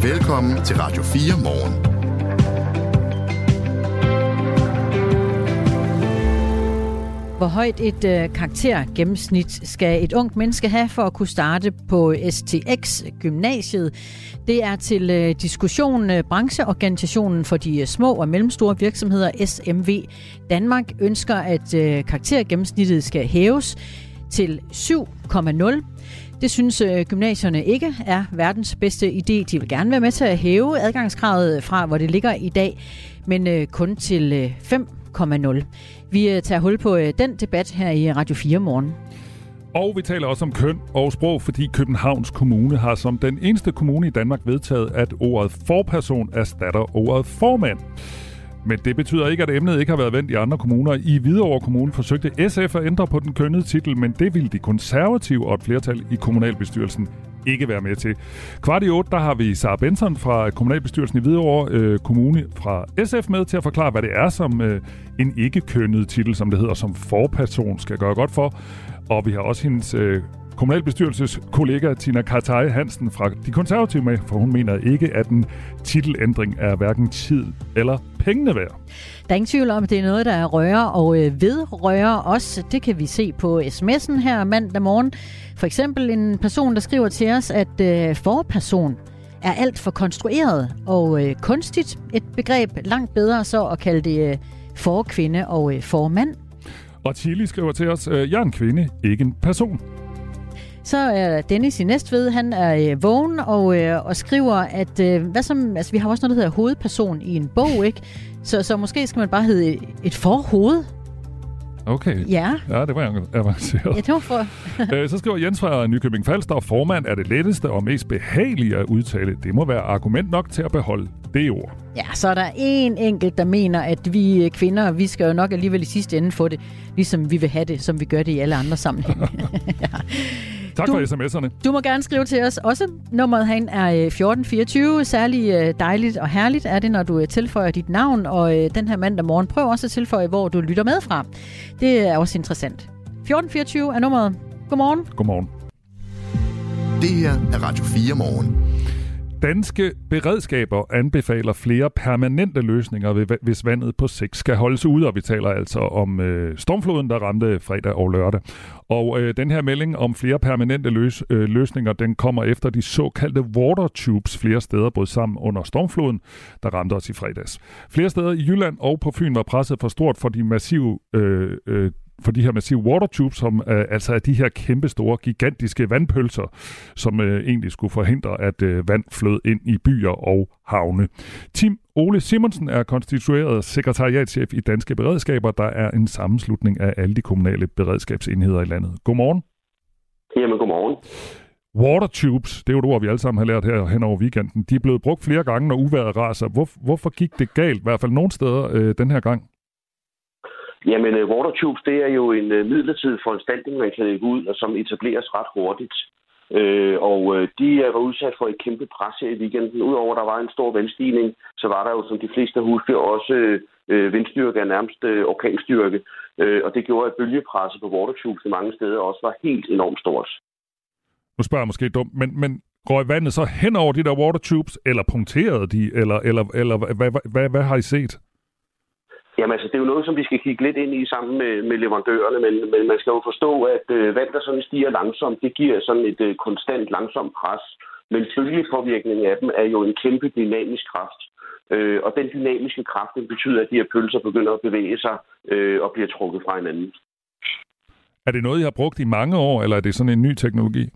Velkommen til Radio 4 morgen. Hvor højt et karaktergennemsnit skal et ungt menneske have for at kunne starte på STX-gymnasiet? Det er til diskussion. Brancheorganisationen for de små og mellemstore virksomheder, SMV Danmark, ønsker, at karaktergennemsnittet skal hæves til 7,0. Det synes gymnasierne ikke er verdens bedste idé. De vil gerne være med til at hæve adgangskravet fra, hvor det ligger i dag, men kun til 5,0. Vi tager hul på den debat her i Radio 4 morgen. Og vi taler også om køn og sprog, fordi Københavns Kommune har som den eneste kommune i Danmark vedtaget, at ordet forperson erstatter ordet formand. Men det betyder ikke, at emnet ikke har været vendt i andre kommuner. I Hvidovre Kommune forsøgte SF at ændre på den kønnede titel, men det ville de konservative og et flertal i kommunalbestyrelsen ikke være med til. 7:15, der har vi Sara Benson fra kommunalbestyrelsen i Hvidovre Kommune fra SF med til at forklare, hvad det er, som en ikke-kønnet titel, som det hedder, som forperson skal gøre godt for. Og vi har også hendes kommunalbestyrelseskollega Tina Kartaj Hansen fra De Konservative med, for hun mener ikke, at en titelændring er hverken tid eller pengene værd. Der er ingen tvivl om, at det er noget, der rører og vedrører os. Det kan vi se på sms'en her mandag morgen. For eksempel en person, der skriver til os, at forperson er alt for konstrueret og kunstigt. Et begreb langt bedre så at kalde det forkvinde og formand. Og Chili skriver til os, jeg er en kvinde, ikke en person. Så er Dennis i Næstved, han er vågen og skriver, at vi har også noget, der hedder hovedperson i en bog, ikke? Så måske skal man bare hedde et forhoved. Okay. Ja, det var avanceret. Ja, det var for. Så skriver Jens fra Nykøbing Falster, formand er det letteste og mest behagelige at udtale. Det må være argument nok til at beholde det ord. Ja, så er der en enkelt, der mener, at vi kvinder, vi skal jo nok alligevel i sidste ende få det, ligesom vi vil have det, som vi gør det i alle andre sammenhænge. Ja. Tak for sms'erne. Du må gerne skrive til os også. Nummeret herinde er 1424. Særlig dejligt og herligt er det, når du tilføjer dit navn. Og den her mandag morgen, prøv også at tilføje, hvor du lytter med fra. Det er også interessant. 1424 er nummeret. Godmorgen. Godmorgen. Det her er Radio 4 morgen. Danske beredskaber anbefaler flere permanente løsninger, hvis vandet på sigt skal holdes ude, og vi taler altså om stormfloden, der ramte fredag og lørdag. Og den her melding om flere permanente løsninger, den kommer efter de såkaldte water tubes flere steder brød sammen under stormfloden, der ramte os i fredags. Flere steder i Jylland og på Fyn var presset for stort for de her massive water tubes, som altså er de her kæmpestore, gigantiske vandpølser, som egentlig skulle forhindre, at vand flød ind i byer og havne. Tim Ole Simonsen er konstitueret sekretariatschef i Danske Beredskaber, der er en sammenslutning af alle de kommunale beredskabsenheder i landet. Godmorgen. Jamen, godmorgen. Water tubes, det er jo et ord, vi alle sammen har lært her hen over weekenden. De er blevet brugt flere gange, når uvejret raser. Hvorfor gik det galt, i hvert fald nogle steder, den her gang? Jamen, water tubes, det er jo en midlertidig foranstaltning, man kan lægge ud, og som etableres ret hurtigt. De var udsat for et kæmpe pres her i weekenden. Udover at der var en stor vandstigning, så var der jo, som de fleste husker, også vindstyrke af nærmest orkanstyrke. Og det gjorde, at bølgepresset på water tubes i mange steder også var helt enormt stort. Nu spørger jeg måske dumt, men røg vandet så hen over de der water tubes, eller punkterede de, eller hvad har I set? Jamen altså, det er jo noget, som vi skal kigge lidt ind i sammen med leverandørerne, men man skal jo forstå, at vand, der sådan stiger langsomt, det giver sådan et konstant langsomt pres. Men følgepåvirkningen af dem er jo en kæmpe dynamisk kraft. Og den dynamiske kraft, den betyder, at de her pølser begynder at bevæge sig og bliver trukket fra hinanden. Er det noget, I har brugt i mange år, eller er det sådan en ny teknologi?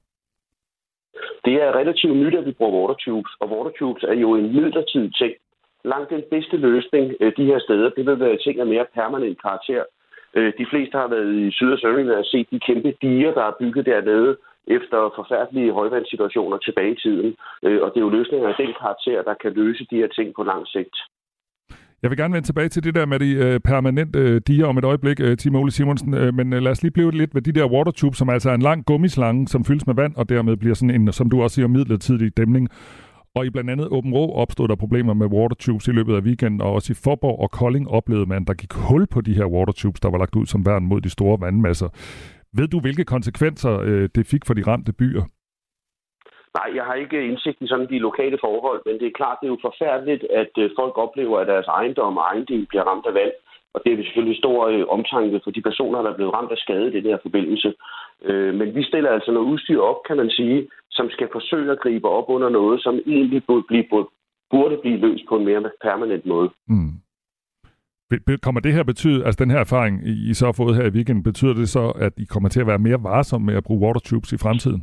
Det er relativt nyt, at vi bruger water tubes, og water tubes er jo en midlertidig ting. Langt den bedste løsning de her steder, det vil være ting af mere permanent karakter. De fleste har været i Syd- og Sønderjylland og set de kæmpe diger, der er bygget dernede efter forfærdelige højvandssituationer tilbage i tiden. Og det er jo løsninger af den karakter, der kan løse de her ting på lang sigt. Jeg vil gerne vende tilbage til det der med de permanente diger om et øjeblik, Tim Ole Simonsen. Men lad os lige blive lidt ved de der water tubes, som altså er en lang gummislange, som fyldes med vand, og dermed bliver sådan en, som du også siger, midlertidig dæmning. Og i blandt andet Åben Rå opstod der problemer med water tubes i løbet af weekenden, og også i Faaborg og Kolding oplevede man, der gik hul på de her water tubes, der var lagt ud som værn mod de store vandmasser. Ved du, hvilke konsekvenser det fik for de ramte byer? Nej, jeg har ikke indsigt i sådan de lokale forhold, men det er klart, det er jo forfærdeligt, at folk oplever, at deres ejendom og ejendel bliver ramt af vand. Og det er selvfølgelig stor omtanke for de personer, der er blevet ramt af skade i den her forbindelse. Men vi stiller altså noget udstyr op, kan man sige, som skal forsøge at gribe op under noget, som egentlig burde blive løst på en mere permanent måde. Mm. Kommer det her betyde, altså den her erfaring, I så har fået her i weekenden, betyder det så, at I kommer til at være mere varsomme med at bruge watertubes i fremtiden?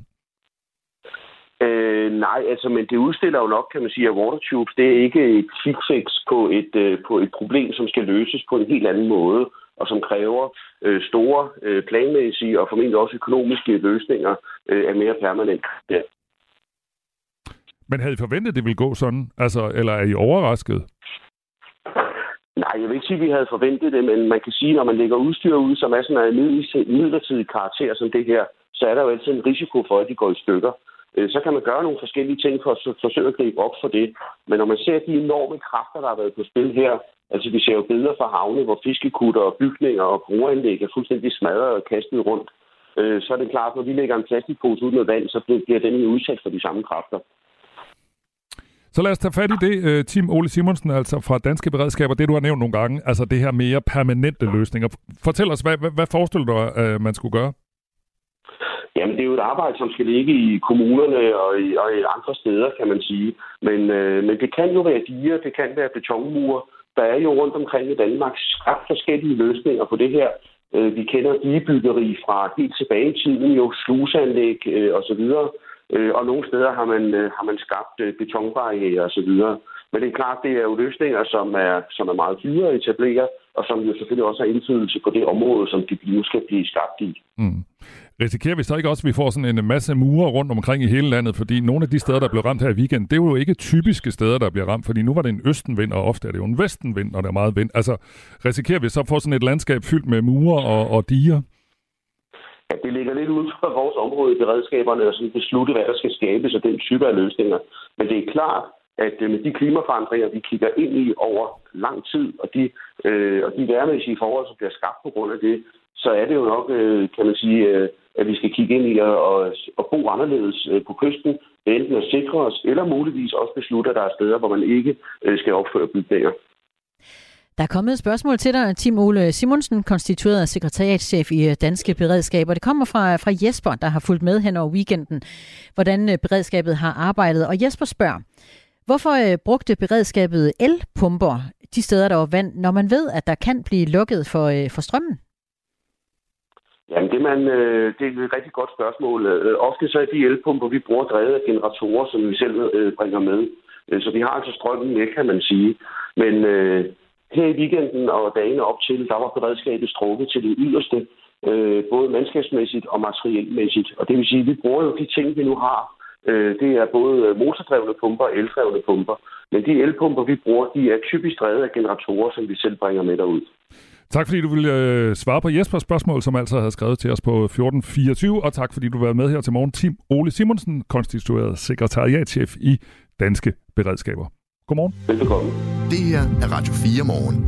Nej, altså, men det udstiller jo nok, kan man sige, at watertubes, det er ikke et fix på et problem, som skal løses på en helt anden måde, og som kræver store planmæssige og formentlig også økonomiske løsninger af mere permanent. Ja. Men havde I forventet, at det ville gå sådan? Altså, eller er I overrasket? Nej, jeg vil ikke sige, at vi havde forventet det, men man kan sige, at når man lægger udstyr ud, som er sådan en midlertidig karakter som det her, så er der jo altid en risiko for, at de går i stykker. Så kan man gøre nogle forskellige ting for at forsøge at gribe op for det. Men når man ser de enorme kræfter, der har været på spil her, altså vi ser jo billeder fra havne, hvor fiskekutter og bygninger og brugeranlæg er fuldstændig smadret og kastet rundt, så er det klart, at når vi lægger en plastikpose ud med vand, så bliver den jo udsat for de samme kræfter. Så lad os tage fat i det, Tim Ole Simonsen, altså fra Danske Beredskaber, det du har nævnt nogle gange, altså det her mere permanente løsninger. Fortæl os, hvad forestiller du, man skulle gøre? Jamen, det er jo et arbejde, som skal ligge i kommunerne og i andre steder, kan man sige. Men det kan jo være diger, det kan være betonmure. Der er jo rundt omkring i Danmark skabt forskellige løsninger på det her. Vi kender digebyggeri fra helt tilbage i tiden, jo sluseanlæg osv. Og nogle steder har man skabt betonbarrierer osv. Men det er klart, det er jo løsninger, som er meget dyre at etablere, og som jo selvfølgelig også har indflydelse på det område, som de nu skal blive skabt i. Mm. Risikerer vi så ikke også, at vi får sådan en masse mure rundt omkring i hele landet? Fordi nogle af de steder, der blev ramt her i weekenden, det er jo ikke typiske steder, der bliver ramt, fordi nu var det en østenvind, og ofte er det jo en vestenvind, når der er meget vind. Altså, risikerer vi så at få sådan et landskab fyldt med mure og diger? Ja, det ligger lidt uden for vores område i beredskaberne og sådan beslutte, hvad der skal skabes og den type af løsninger. Men det er klart, at med de klimaforandringer, vi kigger ind i over lang tid, og de vejrmæssige forhold, som bliver skabt på grund af det, så er det jo nok, kan man sige, at vi skal kigge ind i at bo anderledes på kysten, enten at sikre os, eller muligvis også beslutte, at der er steder, hvor man ikke skal opføre bygninger. Der er kommet et spørgsmål til dig, Tim Ole Simonsen, konstitueret sekretariatschef i Danske Beredskaber. Det kommer fra Jesper, der har fulgt med hen over weekenden, hvordan beredskabet har arbejdet. Og Jesper spørger, hvorfor brugte beredskabet elpumper de steder, der var vand, når man ved, at der kan blive lukket for strømmen? Jamen, det er et rigtig godt spørgsmål. Ofte så er de elpumper, vi bruger, drevet af generatorer, som vi selv bringer med. Så vi har altså strømmen med, kan man sige. Men her i weekenden og dagene op til, der var beredskabet strukket til det yderste, både mandskabsmæssigt og materielmæssigt. Og det vil sige, at vi bruger jo de ting, vi nu har. Det er både motordrevne pumper og eldrevne pumper. Men de elpumper, vi bruger, de er typisk drevet af generatorer, som vi selv bringer med derud. Tak fordi du ville svare på Jespers spørgsmål, som altså havde skrevet til os på 1424, og tak fordi du var med her til morgen. Tim Ole Simonsen, konstitueret sekretariatschef i Danske Beredskaber. Godmorgen. Velbekomme. Det her er Radio 4 Morgen.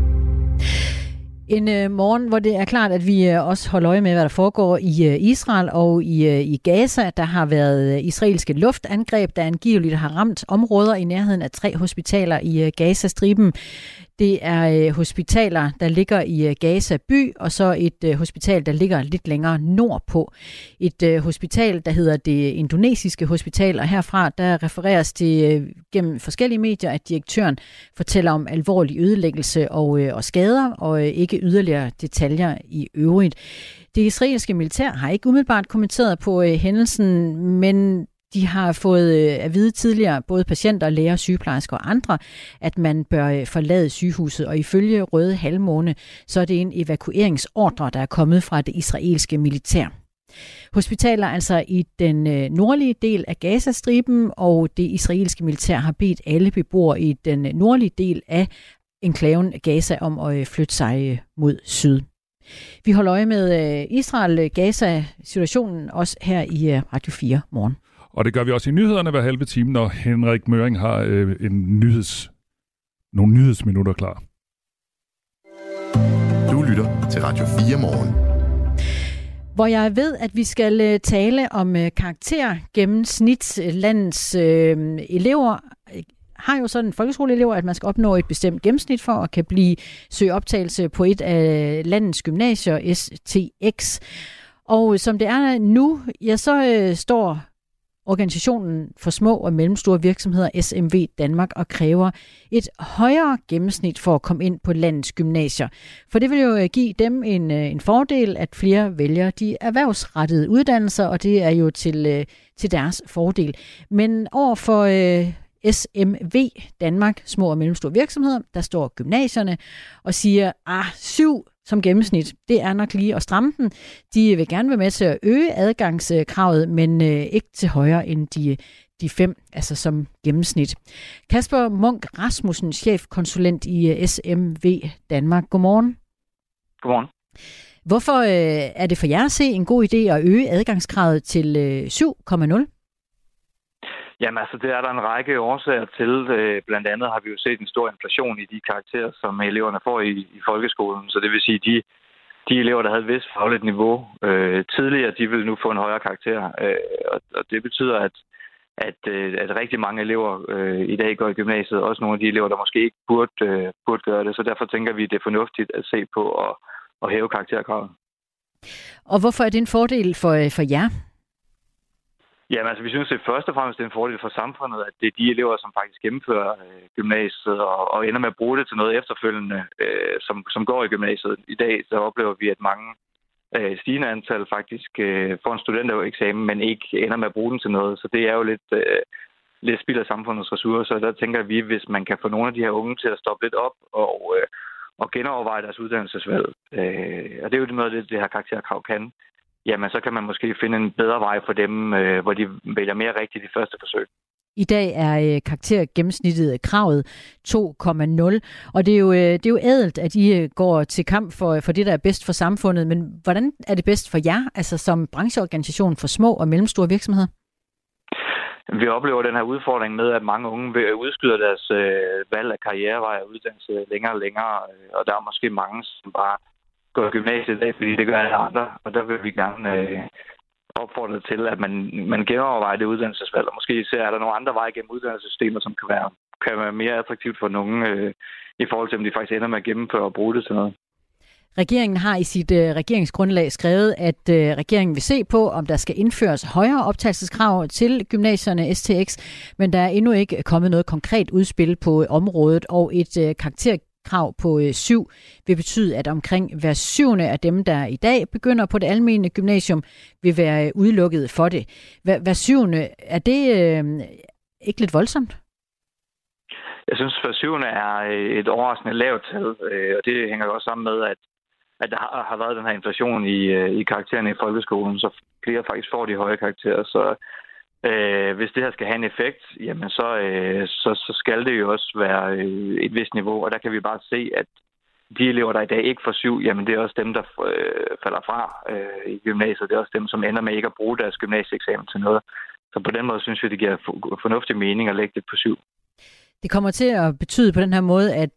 En morgen, hvor det er klart, at vi også holder øje med, hvad der foregår i Israel og i Gaza. Der har været israelske luftangreb, der angiveligt har ramt områder i nærheden af 3 hospitaler i Gazastriben. Det er hospitaler, der ligger i Gaza by, og så et hospital, der ligger lidt længere nordpå. Et hospital, der hedder det indonesiske hospital, og herfra der refereres det gennem forskellige medier, at direktøren fortæller om alvorlig ødelæggelse og skader, og ikke yderligere detaljer i øvrigt. Det israelske militær har ikke umiddelbart kommenteret på hændelsen, men de har fået at vide tidligere, både patienter, læger, sygeplejersker og andre, at man bør forlade sygehuset. Og ifølge Røde Halvmåne, så er det en evakueringsordre, der er kommet fra det israelske militær. Hospitaler altså i den nordlige del af Gazastriben, og det israelske militær har bedt alle beboere i den nordlige del af enklaven Gaza om at flytte sig mod syd. Vi holder øje med Israel-Gaza-situationen også her i Radio 4 morgen. Og det gør vi også i nyhederne hver halve time, når Henrik Møring har nogle nyhedsminutter klar. Du lytter til Radio 4 morgen. hvor jeg ved, at vi skal tale om karaktergennemsnit. Landets elever har jo sådan folkeskoleelever, at man skal opnå et bestemt gennemsnit for at kan søge optagelse på et af landets gymnasier, STX. Og som det er nu, så står Organisationen for små og mellemstore virksomheder, SMV Danmark, og kræver et højere gennemsnit for at komme ind på landets gymnasier. For det vil jo give dem en fordel, at flere vælger de erhvervsrettede uddannelser, og det er jo til deres fordel. Men over for SMV Danmark, små og mellemstore virksomheder, der står gymnasierne og siger, 7 som gennemsnit, det er nok lige at stramme den. De vil gerne være med til at øge adgangskravet, men ikke til højere end de 5, altså som gennemsnit. Kasper Munk Rasmussen, chefkonsulent i SMV Danmark. Godmorgen. Godmorgen. Hvorfor er det for jer at se en god idé at øge adgangskravet til 7,0? Jamen altså, det er der en række årsager til. Blandt andet har vi jo set en stor inflation i de karakterer, som eleverne får i folkeskolen. Så det vil sige, de elever, der havde et vist fagligt niveau tidligere, de vil nu få en højere karakter. Og det betyder, at rigtig mange elever i dag går i gymnasiet. Også nogle af de elever, der måske ikke burde gøre det. Så derfor tænker vi, at det er fornuftigt at se på at hæve karakterkravet. Og hvorfor er det en fordel for jer? Jamen altså, vi synes, det først og fremmest er en fordel for samfundet, at det er de elever, som faktisk gennemfører gymnasiet og ender med at bruge det til noget efterfølgende, som går i gymnasiet. I dag så oplever vi, at mange stigende antal faktisk får en studentereksamen, men ikke ender med at bruge den til noget. Så det er jo lidt spild af samfundets ressourcer. Og der tænker vi, hvis man kan få nogle af de her unge til at stoppe lidt op og genoverveje deres uddannelsesvalg, og det er jo noget af det her karakterkrav kan, jamen så kan man måske finde en bedre vej for dem, hvor de vælger mere rigtigt i første forsøg. I dag er karaktergennemsnittet kravet 2,0, og det er jo ædelt, at I går til kamp for det, der er bedst for samfundet. Men hvordan er det bedst for jer, altså som brancheorganisation for små og mellemstore virksomheder? Vi oplever den her udfordring med, at mange unge udskyder deres valg af karrierevej og uddannelse længere og længere, og der er måske mange, som bare går i gymnasiet i dag, fordi det gør alle andre, og der vil vi gerne opfordre til, at man genovervejer det uddannelsesvalg, og måske især er der nogle andre veje gennem uddannelsessystemer, som kan være mere attraktivt for nogen i forhold til, om de faktisk ender med at gennemføre og bruge det til noget. Regeringen har i sit regeringsgrundlag skrevet, at regeringen vil se på, om der skal indføres højere optagelseskrav til gymnasierne STX, men der er endnu ikke kommet noget konkret udspil på området, og et karakterkrav på 7 vil betyde, at omkring hver 7. af dem, der i dag begynder på det almene gymnasium, vil være udelukket for det. Hver 7. er det ikke lidt voldsomt? Jeg synes, at 7. er et overraskende lavt tal, og det hænger jo også sammen med, at der har været den her inflation i karaktererne i folkeskolen, så flere faktisk får de høje karakterer. Så hvis det her skal have en effekt, jamen så skal det jo også være et vist niveau, og der kan vi bare se, at de elever, der i dag ikke får 7, jamen det er også dem, der falder fra i gymnasiet. Det er også dem, som ender med ikke at bruge deres gymnasieeksamen til noget. Så på den måde synes vi, det giver fornuftig mening at lægge det på 7. Det kommer til at betyde på den her måde, at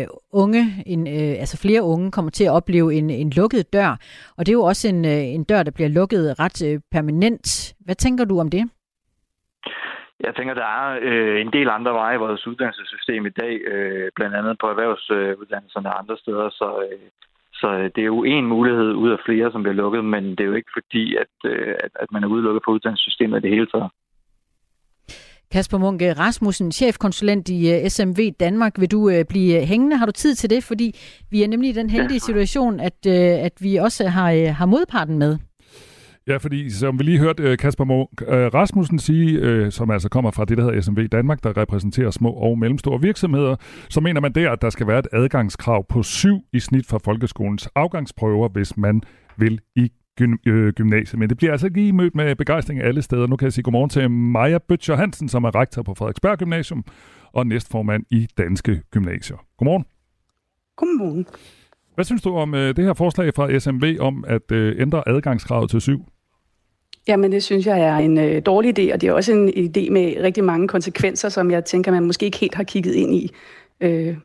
flere unge kommer til at opleve en lukket dør. Og det er jo også en dør, der bliver lukket ret permanent. Hvad tænker du om det? Jeg tænker, der er en del andre veje i vores uddannelsessystem i dag, blandt andet på erhvervsuddannelserne og andre steder. Så det er jo en mulighed ud af flere, som bliver lukket, men det er jo ikke fordi, at man er udelukket på uddannelsessystemet i det hele taget. Kasper Munk Rasmussen, chefkonsulent i SMV Danmark. Vil du blive hængende? Har du tid til det? Fordi vi er nemlig i den heldige situation, at vi også har modparten med. Ja, fordi som vi lige hørte Kasper Munk Rasmussen sige, som altså kommer fra det, der hedder SMV Danmark, der repræsenterer små og mellemstore virksomheder, så mener man der, at der skal være et adgangskrav på 7 i snit for folkeskolens afgangsprøver, hvis man vil i gymnasiet. Men det bliver altså ikke mødt med begejstring alle steder. Nu kan jeg sige godmorgen til Maja Bøtcher Hansen, som er rektor på Frederiksberg Gymnasium og næstformand i Danske Gymnasier. Godmorgen. Godmorgen. Hvad synes du om det her forslag fra SMV om at ændre adgangskravet til 7? Jamen, det synes jeg er en dårlig idé, og det er også en idé med rigtig mange konsekvenser, som jeg tænker, man måske ikke helt har kigget ind i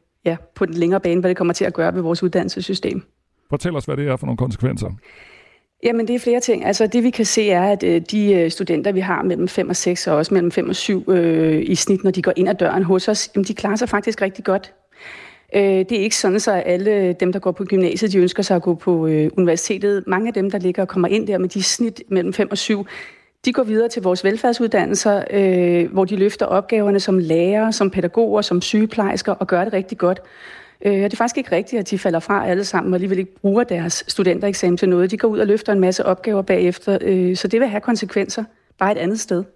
på den længere bane, hvad det kommer til at gøre ved vores uddannelsessystem. Fortæl os, hvad det er for nogle konsekvenser. Jamen, det er flere ting. Altså, det vi kan se er, at de studenter, vi har mellem 5 og 6, og også mellem 5 og 7 i snit, når de går ind ad døren hos os, de klarer sig faktisk rigtig godt. Det er ikke sådan, så alle dem, der går på gymnasiet, de ønsker sig at gå på universitetet. Mange af dem, der ligger og kommer ind der med de snit mellem 5 og 7, de går videre til vores velfærdsuddannelser, hvor de løfter opgaverne som lærere, som pædagoger, som sygeplejersker og gør det rigtig godt. Og det er faktisk ikke rigtigt, at de falder fra alle sammen og alligevel ikke bruger deres studentereksamen til noget. De går ud og løfter en masse opgaver bagefter, så det vil have konsekvenser bare et andet sted.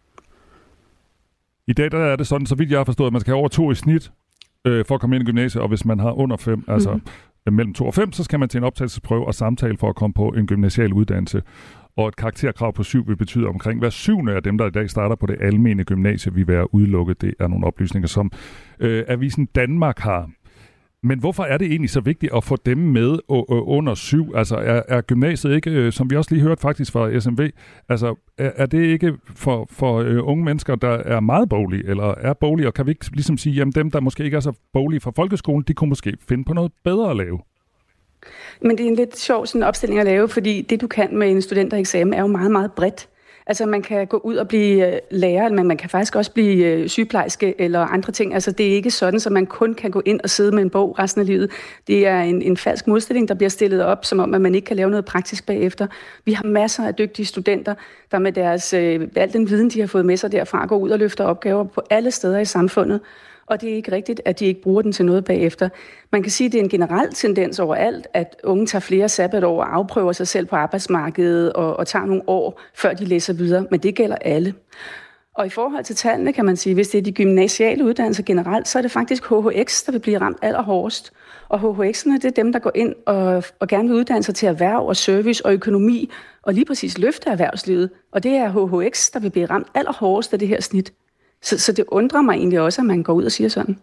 I dag der er det sådan, så vidt jeg har forstået, at man skal have over 2 i snit for at komme ind i gymnasiet, og hvis man har under 5, altså mellem 2 og 5, så skal man til en optagelsesprøve og samtale for at komme på en gymnasial uddannelse. Og et karakterkrav på 7 vil betyde omkring hver 7. af dem, der i dag starter på det almene gymnasie, vil være udelukket. Det er nogle oplysninger, som Avisen Danmark har. Men hvorfor er det egentlig så vigtigt at få dem med under 7? Altså er gymnasiet ikke, som vi også lige hørte faktisk fra SMV, altså er det ikke for unge mennesker, der er meget boglige, eller er boglige, og kan vi ikke ligesom sige, jamen dem, der måske ikke er så boglige fra folkeskolen, de kunne måske finde på noget bedre at lave? Men det er en lidt sjov sådan opstilling at lave, fordi det, du kan med en studentereksamen, er jo meget, meget bredt. Altså man kan gå ud og blive lærer, men man kan faktisk også blive sygeplejerske eller andre ting. Altså det er ikke sådan, så man kun kan gå ind og sidde med en bog resten af livet. Det er en falsk modstilling, der bliver stillet op, som om at man ikke kan lave noget praktisk bagefter. Vi har masser af dygtige studenter, der med deres al den viden, de har fået med sig derfra, går ud og løfter opgaver på alle steder i samfundet. Og det er ikke rigtigt, at de ikke bruger den til noget bagefter. Man kan sige, at det er en generel tendens overalt, at unge tager flere sabbatår og afprøver sig selv på arbejdsmarkedet og tager nogle år, før de læser videre. Men det gælder alle. Og i forhold til tallene kan man sige, hvis det er de gymnasiale uddannelser generelt, så er det faktisk HHX, der vil blive ramt allerhårdest. Og HHX'erne, det er dem, der går ind og gerne vil uddanne sig til erhverv og service og økonomi, og lige præcis løfte erhvervslivet. Og det er HHX, der vil blive ramt allerhårdest af det her snit. Så det undrer mig egentlig også, at man går ud og siger sådan.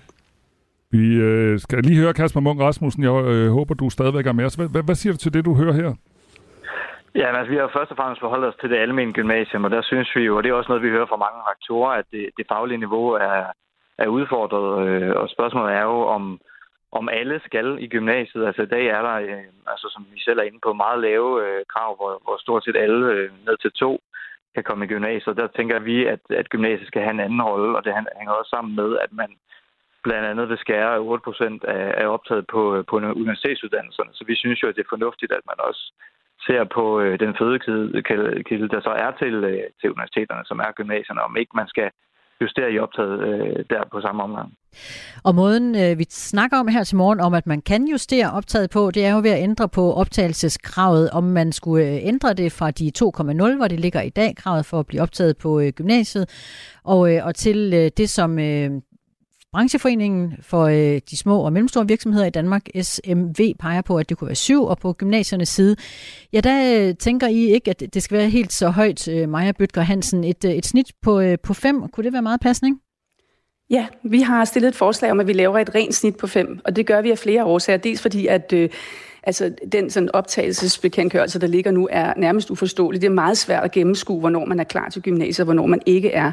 Vi skal lige høre Kasper Munk Rasmussen. Jeg håber, du stadigvæk er med os. Hvad siger du til det, du hører her? Ja, altså, vi har først og fremmest forholdt os til det almene gymnasium, og der synes vi jo, og det er også noget, vi hører fra mange rektorer, at det faglige niveau er udfordret. Og spørgsmålet er jo, om alle skal i gymnasiet. Altså i dag er der, altså, som vi selv er inde på, meget lave krav, hvor stort set alle ned til 2 kan komme i gymnasiet. Der tænker vi, at gymnasiet skal have en anden rolle, og det hænger også sammen med, at man blandt andet vil skære 8% af optaget på universitetsuddannelserne. Så vi synes jo, at det er fornuftigt, at man også ser på den fødekilde, der så er til universiteterne, som er gymnasierne, om ikke man skal justere i optaget der på samme omgang. Og måden, vi snakker om her til morgen, om at man kan justere optaget på, det er jo ved at ændre på optagelseskravet, om man skulle ændre det fra de 2,0, hvor det ligger i dag, kravet for at blive optaget på gymnasiet, og til det, som Brancheforeningen for de små og mellemstore virksomheder i Danmark, SMV, peger på, at det kunne være 7, og på gymnasiernes side, ja, der tænker I ikke, at det skal være helt så højt, Maja Bødker Hansen, et snit på 5. Kunne det være meget passende? Ja, vi har stillet et forslag om, at vi laver et rent snit på 5, og det gør vi af flere årsager. Dels fordi, at den sådan optagelsesbekendtgørelse, der ligger nu, er nærmest uforståelig. Det er meget svært at gennemskue, hvornår man er klar til gymnasiet, og hvornår man ikke er.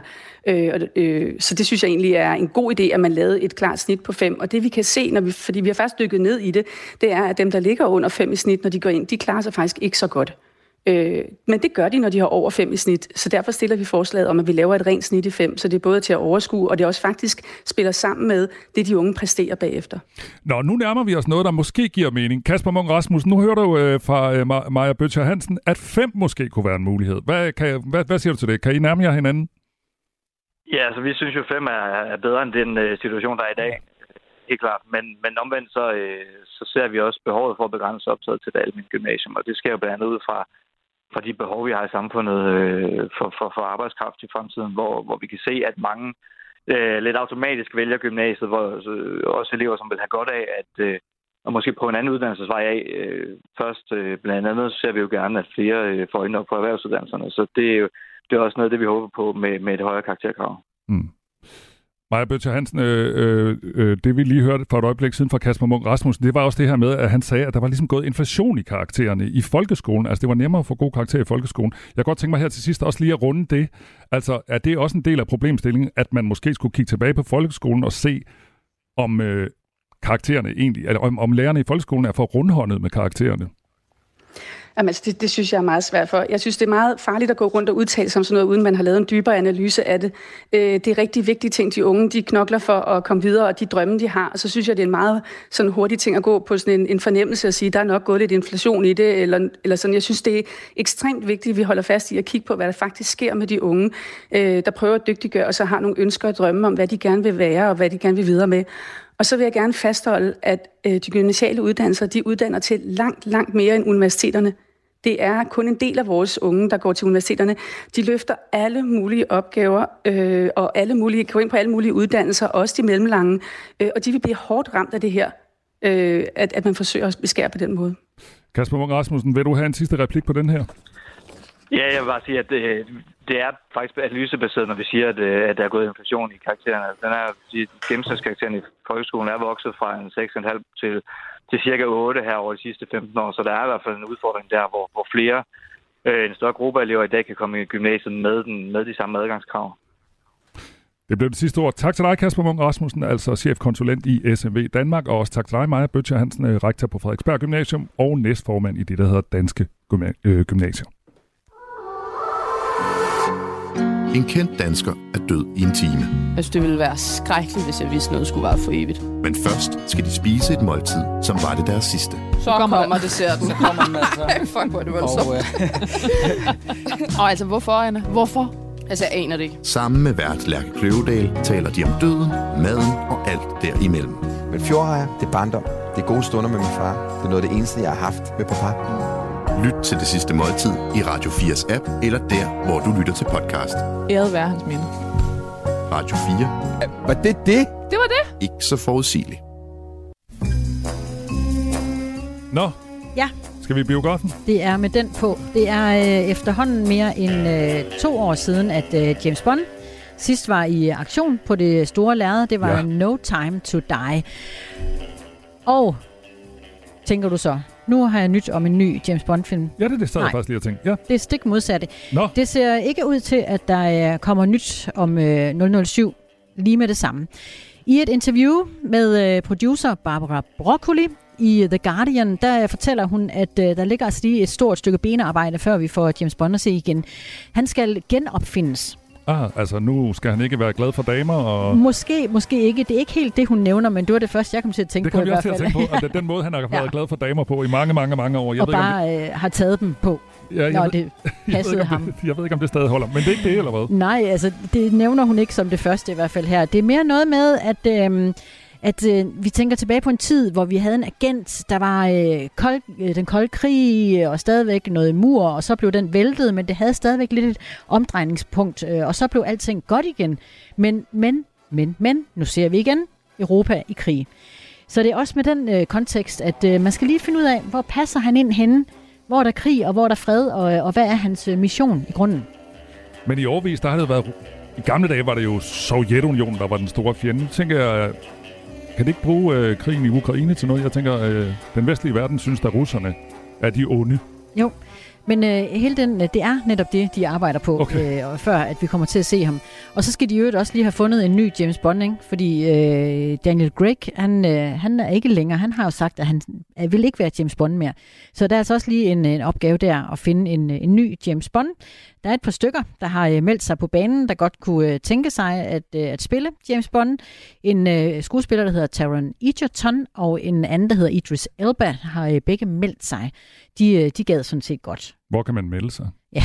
Så det synes jeg egentlig er en god idé, at man lavede et klart snit på 5. Og det vi kan se, fordi vi har faktisk dykket ned i det, det er, at dem, der ligger under 5 i snit, når de går ind, de klarer sig faktisk ikke så godt. Men det gør de, når de har over 5 i snit. Så derfor stiller vi forslaget om, at vi laver et rent snit i 5, så det er både til at overskue, og det også faktisk spiller sammen med det, de unge præsterer bagefter. Nå, nu nærmer vi os noget, der måske giver mening. Kasper Munk Rasmussen, nu hører du fra Maja Bødker Hansen, at 5 måske kunne være en mulighed. Hvad siger du til det? Kan I nærme jer hinanden? Ja, altså vi synes jo, 5 er bedre end den situation, der er i dag. Helt klart. Men omvendt så ser vi også behovet for at begrænse optaget til det almindelige gymnasium, og det sker jo blandt andet ud fra de behov, vi har i samfundet for arbejdskraft i fremtiden, hvor vi kan se, at mange lidt automatisk vælger gymnasiet, hvor også elever, som vil have godt af, at og måske på en anden uddannelsesvej af. Først blandt andet ser vi jo gerne, at flere får ind op på erhvervsuddannelserne, så det er også noget af det, vi håber på med et højere karakterkrav. Mm. Maja Bødker Hansen, det vi lige hørte for et øjeblik siden fra Kasper Munk Rasmussen, det var også det her med, at han sagde, at der var ligesom gået inflation i karaktererne i folkeskolen. Altså det var nemmere at få gode karakterer i folkeskolen. Jeg kan godt tænke mig her til sidst også lige at runde det. Altså er det også en del af problemstillingen, at man måske skulle kigge tilbage på folkeskolen og se, om karaktererne egentlig, eller om lærerne i folkeskolen er for rundhåndet med karaktererne? Jamen, altså, det synes jeg er meget svært for. Jeg synes, det er meget farligt at gå rundt og udtale sig om sådan noget, uden man har lavet en dybere analyse af det. Det er rigtig vigtige ting, de unge de knokler for at komme videre, og de drømme, de har. Og så synes jeg, det er en meget sådan hurtig ting at gå på sådan en fornemmelse og sige, der er nok gået lidt inflation i det, eller sådan. Jeg synes, det er ekstremt vigtigt, at vi holder fast i at kigge på, hvad der faktisk sker med de unge, der prøver at dygtiggøre, og så har nogle ønsker og drømme om, hvad de gerne vil være, og hvad de gerne vil videre med. Og så vil jeg gerne fastholde, at de gymnasiale uddannelser, de uddanner til langt mere end universiteterne. Det er kun en del af vores unge, der går til universiteterne. De løfter alle mulige opgaver, og går ind på alle mulige uddannelser, også de mellemlange. Og de vil blive hårdt ramt af det her, at man forsøger at beskære på den måde. Kasper Munk Rasmussen, vil du have en sidste replik på den her? Ja, jeg vil bare sige, at det er faktisk analysebaseret, når vi siger, at der er gået inflation i karaktererne. Den er, gennemsnitskarakteren i folkeskolen er vokset fra en 6,5 til cirka 8 her over de sidste 15 år. Så der er i hvert fald en udfordring der, hvor flere, en større gruppe af elever i dag kan komme i gymnasiet med de samme adgangskrav. Det blev det sidste ord. Tak til dig, Kasper Munk Rasmussen, altså chefkonsulent i SMV Danmark, og også tak til dig, Maja Bøtcher Hansen, rektor på Frederiksberg Gymnasium og næstformand i det, der hedder Danske Gymnasier. En kendt dansker er død i en time. Jeg synes, det ville være skrækkeligt, hvis jeg vidste, noget skulle vare for evigt. Men først skal de spise et måltid, som var det deres sidste. Så kommer desserten. Så kommer den altså. Fuck, hvor er det voldsomt. Og altså, hvorfor, Anna? Hvorfor? Altså, jeg aner det ikke. Sammen med vært Lærke Kløvedal taler de om døden, maden og alt derimellem. Men fjordrejer, det er barndom. Det er gode stunder med min far. Det er noget af det eneste, jeg har haft med papa. Lyt til Det Sidste Måltid i Radio 4's app, eller der, hvor du lytter til podcast. Æret være hans minde. Radio 4. Var det det? Det var det. Ikke så forudsigeligt. Nå. Ja. Skal vi i biografen? Det er med den på. Det er efterhånden mere end 2 år siden, at James Bond sidst var i aktion på det store lærred. Det var No Time to Die. Og tænker du så, nu har jeg nyt om en ny James Bond-film. Ja, det sad jeg faktisk lige at tænke. Ja. Det er stik modsatte. Nå. Det ser ikke ud til, at der kommer nyt om 007 lige med det samme. I et interview med producer Barbara Broccoli i The Guardian, der fortæller hun, at der ligger altså lige et stort stykke benarbejde, før vi får James Bond at se igen. Han skal genopfindes. Altså nu skal han ikke være glad for damer? Og... Måske ikke. Det er ikke helt det, hun nævner, men det var det første, jeg kom til at tænke på i hvert fald. Det kom jeg også til at tænke på, at den måde, han har været glad for damer på i mange år. Jeg ved, har taget dem på, når det passede ham. Jeg ved ikke, om det stadig holder, men det er ikke det, eller hvad? Nej, altså det nævner hun ikke som det første i hvert fald her. Det er mere noget med, at vi tænker tilbage på en tid, hvor vi havde en agent, der var den kolde krig og stadigvæk noget mur, og så blev den væltet, men det havde stadigvæk lidt et omdrejningspunkt, og så blev alting godt igen. Men, nu ser vi igen Europa i krig. Så det er også med den kontekst, at man skal lige finde ud af, hvor passer han ind henne, hvor er der krig, og hvor er der fred, og hvad er hans mission i grunden. Men i årvis, der har det været... I gamle dage var det jo Sovjetunionen, der var den store fjende. Nu tænker jeg... Kan det ikke bruge krigen i Ukraine til noget? Jeg tænker, den vestlige verden synes, at russerne er de onde. Jo, men hele det er netop det, de arbejder på, før at vi kommer til at se ham. Og så skal de jo også lige have fundet en ny James Bond, ikke? Fordi Daniel Craig, han er ikke længere. Han har jo sagt, at han vil ikke være James Bond mere. Så der er altså også lige en opgave der at finde en ny James Bond. Der er et par stykker, der har meldt sig på banen, der godt kunne tænke sig at spille James Bond. En skuespiller, der hedder Taron Egerton, og en anden, der hedder Idris Elba, har begge meldt sig. De gad sådan set godt. Hvor kan man melde sig? Ja,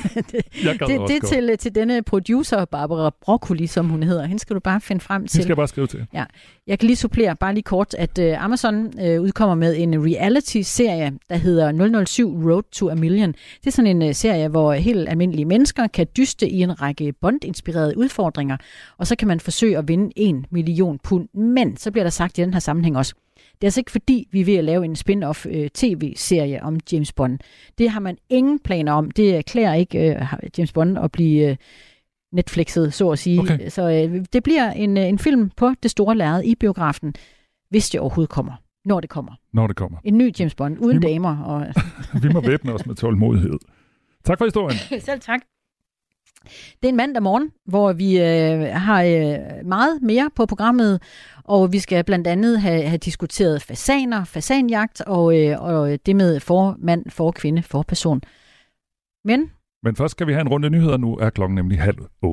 det er til denne producer, Barbara Broccoli, som hun hedder. Hende skal du bare finde frem til. Det skal jeg bare skrive til. Ja. Jeg kan lige supplere bare lige kort, at Amazon udkommer med en reality-serie, der hedder 007 Road to a Million. Det er sådan en serie, hvor helt almindelige mennesker kan dyste i en række Bond-inspirerede udfordringer, og så kan man forsøge at vinde 1 million pund. Men så bliver der sagt i den her sammenhæng også, det er altså ikke fordi, vi er ved at lave en spin-off tv-serie om James Bond. Det har man ingen planer om. Det erklærer ikke James Bond at blive Netflixet, så at sige. Okay. Så det bliver en film på det store lærred i biografen, hvis det overhovedet kommer. Når det kommer. En ny James Bond, uden damer. Og vi må væbne os med tålmodighed. Tak for historien. Selv tak. Det er en mandag morgen, hvor vi har meget mere på programmet, og vi skal blandt andet have diskuteret fasaner, fasanjagt og det med formand, forkvinde, forperson. Men først skal vi have en runde nyheder. Nu er klokken nemlig 7:30.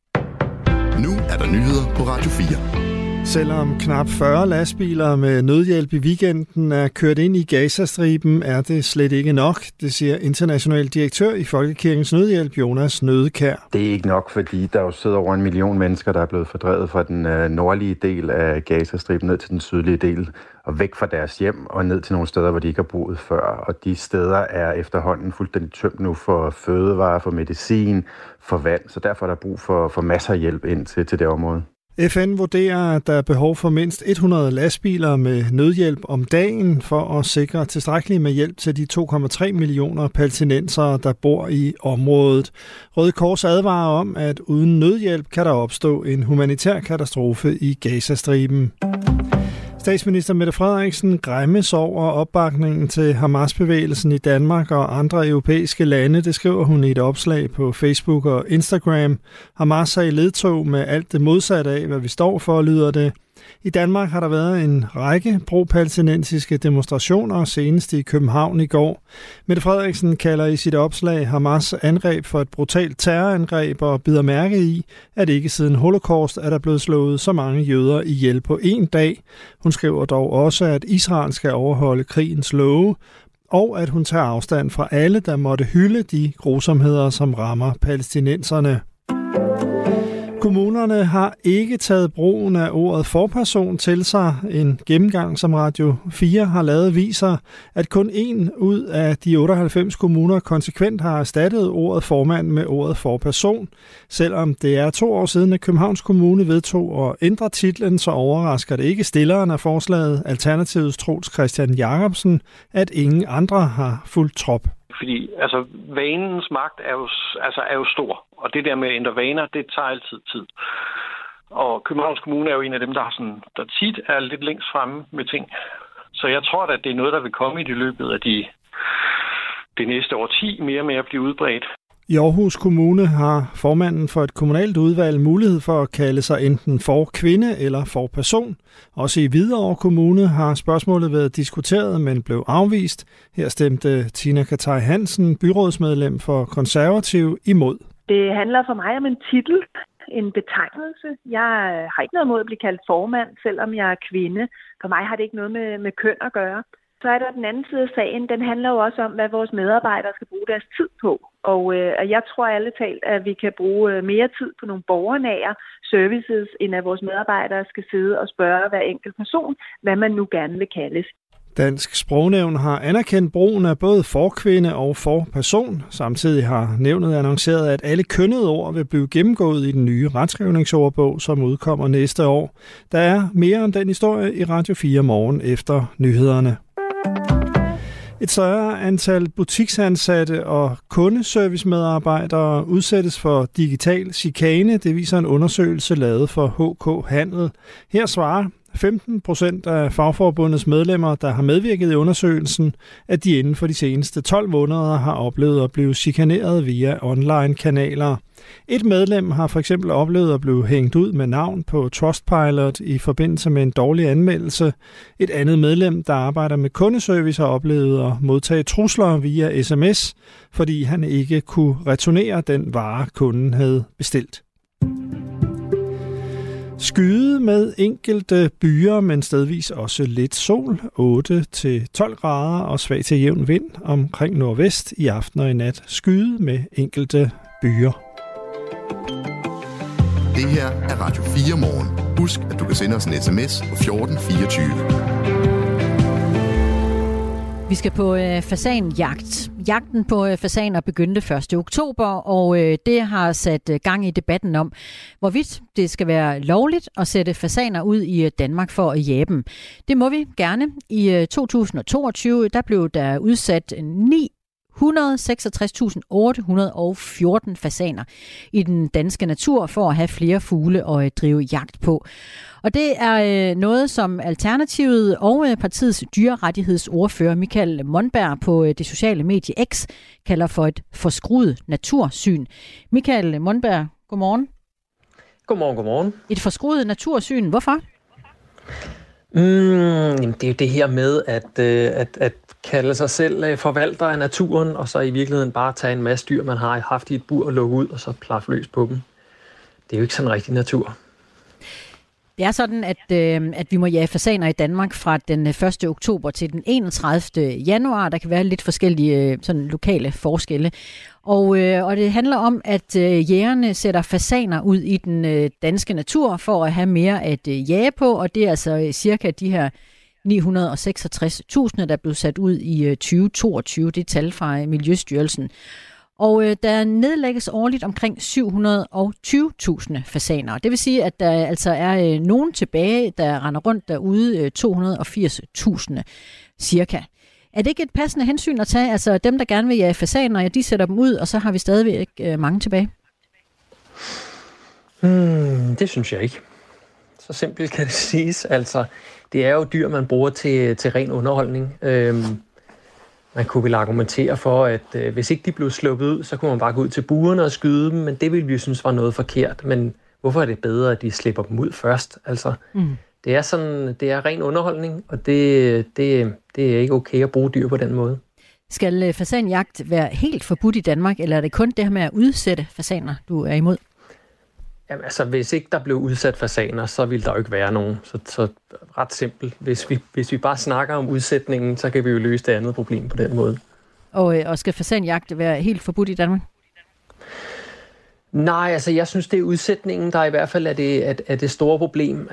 Nu er der nyheder på Radio 4. Selvom knap 40 lastbiler med nødhjælp i weekenden er kørt ind i Gazastriben, er det slet ikke nok, det siger international direktør i Folkekirkens Nødhjælp, Jonas Nødekær. Det er ikke nok, fordi der jo sidder over 1 million mennesker, der er blevet fordrevet fra den nordlige del af Gazastriben ned til den sydlige del, og væk fra deres hjem og ned til nogle steder, hvor de ikke har boet før. Og de steder er efterhånden fuldstændig tømt nu for fødevarer, for medicin, for vand, så derfor er der brug for masser af hjælp ind til det område. FN vurderer, at der er behov for mindst 100 lastbiler med nødhjælp om dagen for at sikre tilstrækkeligt med hjælp til de 2,3 millioner palæstinensere, der bor i området. Røde Kors advarer om, at uden nødhjælp kan der opstå en humanitær katastrofe i Gazastriben. Statsminister Mette Frederiksen græmmes over opbakningen til Hamas-bevægelsen i Danmark og andre europæiske lande. Det skriver hun i et opslag på Facebook og Instagram. Hamas er i ledtog med alt det modsatte af, hvad vi står for, lyder det. I Danmark har der været en række pro-palæstinensiske demonstrationer, senest i København i går. Mette Frederiksen kalder i sit opslag Hamas angreb for et brutalt terrorangreb og bider mærke i, at ikke siden Holocaust er der blevet slået så mange jøder ihjel på en dag. Hun skriver dog også, at Israel skal overholde krigens love, og at hun tager afstand fra alle, der måtte hylde de grusomheder, som rammer palæstinenserne. Kommunerne har ikke taget brugen af ordet forperson til sig. En gennemgang, som Radio 4 har lavet, viser, at kun 1 ud af de 98 kommuner konsekvent har erstattet ordet formand med ordet forperson. Selvom det er 2 år siden, at Københavns Kommune vedtog at ændre titlen, så overrasker det ikke stilleren af forslaget, Alternativets Troels Christian Jacobsen, at ingen andre har fulgt trop. Fordi vanens magt er jo stor, og det der med at ændre vaner, det tager altid tid. Og Københavns Kommune er jo en af dem, der tit er lidt længst fremme med ting. Så jeg tror at det er noget, der vil komme i det løbet af det næste årti mere og mere at blive udbredt. I Aarhus Kommune har formanden for et kommunalt udvalg mulighed for at kalde sig enten for kvinde eller for person. Også i Hvidovre Kommune har spørgsmålet været diskuteret, men blev afvist. Her stemte Tina Kataj Hansen, byrådsmedlem for Konservativ, imod. Det handler for mig om en titel, en betegnelse. Jeg har ikke noget mod at blive kaldt formand, selvom jeg er kvinde. For mig har det ikke noget med køn at gøre. Så er der den anden side af sagen. Den handler jo også om, hvad vores medarbejdere skal bruge deres tid på. Og jeg tror alle talt, at vi kan bruge mere tid på nogle borgernære services, end at vores medarbejdere skal sidde og spørge hver enkelt person, hvad man nu gerne vil kaldes. Dansk Sprognævn har anerkendt brugen af både forkvinde og forperson. Samtidig har nævnet annonceret, at alle kønnede ord vil blive gennemgået i den nye retskrivningsordbog, som udkommer næste år. Der er mere om den historie i Radio 4 morgen efter nyhederne. Et større antal butiksansatte og kundeservicemedarbejdere udsættes for digital chikane. Det viser en undersøgelse lavet for HK Handel. Her svarer 15% af fagforbundets medlemmer, der har medvirket i undersøgelsen, at de inden for de seneste 12 måneder har oplevet at blive chikaneret via online-kanaler. Et medlem har for eksempel oplevet at blive hængt ud med navn på Trustpilot i forbindelse med en dårlig anmeldelse. Et andet medlem, der arbejder med kundeservice, har oplevet at modtage trusler via sms, fordi han ikke kunne returnere den vare, kunden havde bestilt. Skyde med enkelte byer, men stedvis også lidt sol, 8-12 grader og svag til jævn vind omkring nordvest i aften og i nat. Skyde med enkelte byer. Det her er Radio 4 morgen. Husk, at du kan sende os en sms på 1424. Vi skal på fasanjagt. Jagten på fasaner begyndte 1. oktober, og det har sat gang i debatten om, hvorvidt det skal være lovligt at sætte fasaner ud i Danmark for at jage dem. Det må vi gerne. I 2022 der blev der udsat 166.814 fasaner i den danske natur for at have flere fugle at drive jagt på. Og det er noget, som Alternativet og partiets dyrerettighedsordfører Michael Monberg på det sociale medie X kalder for et forskruet natursyn. Michael Monberg, godmorgen. Godmorgen. Et forskruet natursyn, hvorfor? Det er jo det her med at kalde sig selv forvalter af naturen, og så i virkeligheden bare tage en masse dyr, man har haft i et bur og lukke ud, og så plaffe løs på dem. Det er jo ikke sådan rigtig natur. Det er sådan, at vi må jage fasaner i Danmark fra den 1. oktober til den 31. januar. Der kan være lidt forskellige sådan lokale forskelle. Og det handler om, at jægerne sætter fasaner ud i den danske natur for at have mere at jage på. Og det er altså cirka de her 966.000, der blev sat ud i 2022. Det er tal fra Miljøstyrelsen. Og der nedlægges årligt omkring 720.000 fasaner. Det vil sige, at der altså er nogen tilbage, der render rundt derude, 280.000 cirka. Er det ikke et passende hensyn at tage? Altså dem, der gerne vil jage fasaner, de sætter dem ud, og så har vi stadigvæk mange tilbage. Det synes jeg ikke. Så simpelt kan det siges. Altså, det er jo dyr, man bruger til ren underholdning. Man kunne vel argumentere for, at hvis ikke de blev sluppet ud, så kunne man bare gå ud til burene og skyde dem, men det ville vi synes var noget forkert. Men hvorfor er det bedre, at de slipper dem ud først? Altså, det er sådan, det er ren underholdning, og det er ikke okay at bruge dyr på den måde. Skal fasanjagt være helt forbudt i Danmark, eller er det kun det her med at udsætte fasaner, du er imod? Jamen, altså, hvis ikke der blev udsat fasaner, så ville der jo ikke være nogen. Så ret simpelt. Hvis vi bare snakker om udsætningen, så kan vi jo løse det andet problem på den måde. Og skal fasanjagt være helt forbudt i Danmark? Nej, altså jeg synes, det er udsætningen, der i hvert fald er det store problem.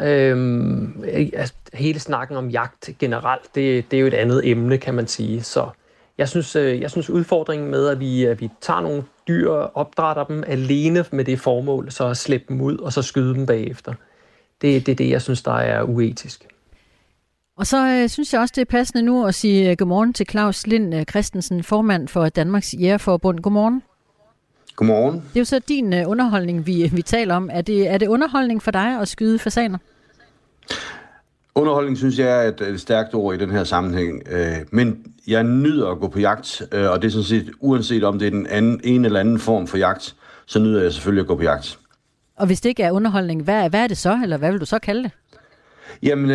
Hele snakken om jagt generelt, det er jo et andet emne, kan man sige. Så jeg synes udfordringen med, at vi tager nogle dyr, opdrætter dem alene med det formål, så slippe dem ud og så skyde dem bagefter. Det er det, jeg synes, der er uetisk. Og så synes jeg også, det er passende nu at sige godmorgen til Claus Lind Christensen, formand for Danmarks Jægerforbund. Godmorgen. Godmorgen. Det er jo så din underholdning, vi taler om. Er det underholdning for dig at skyde fasaner? Underholdning synes jeg er et stærkt ord i den her sammenhæng. Men jeg nyder at gå på jagt, og det er sådan set, uanset om det er den en eller anden form for jagt, så nyder jeg selvfølgelig at gå på jagt. Og hvis det ikke er underholdning, hvad er det så, eller hvad vil du så kalde det? Jamen,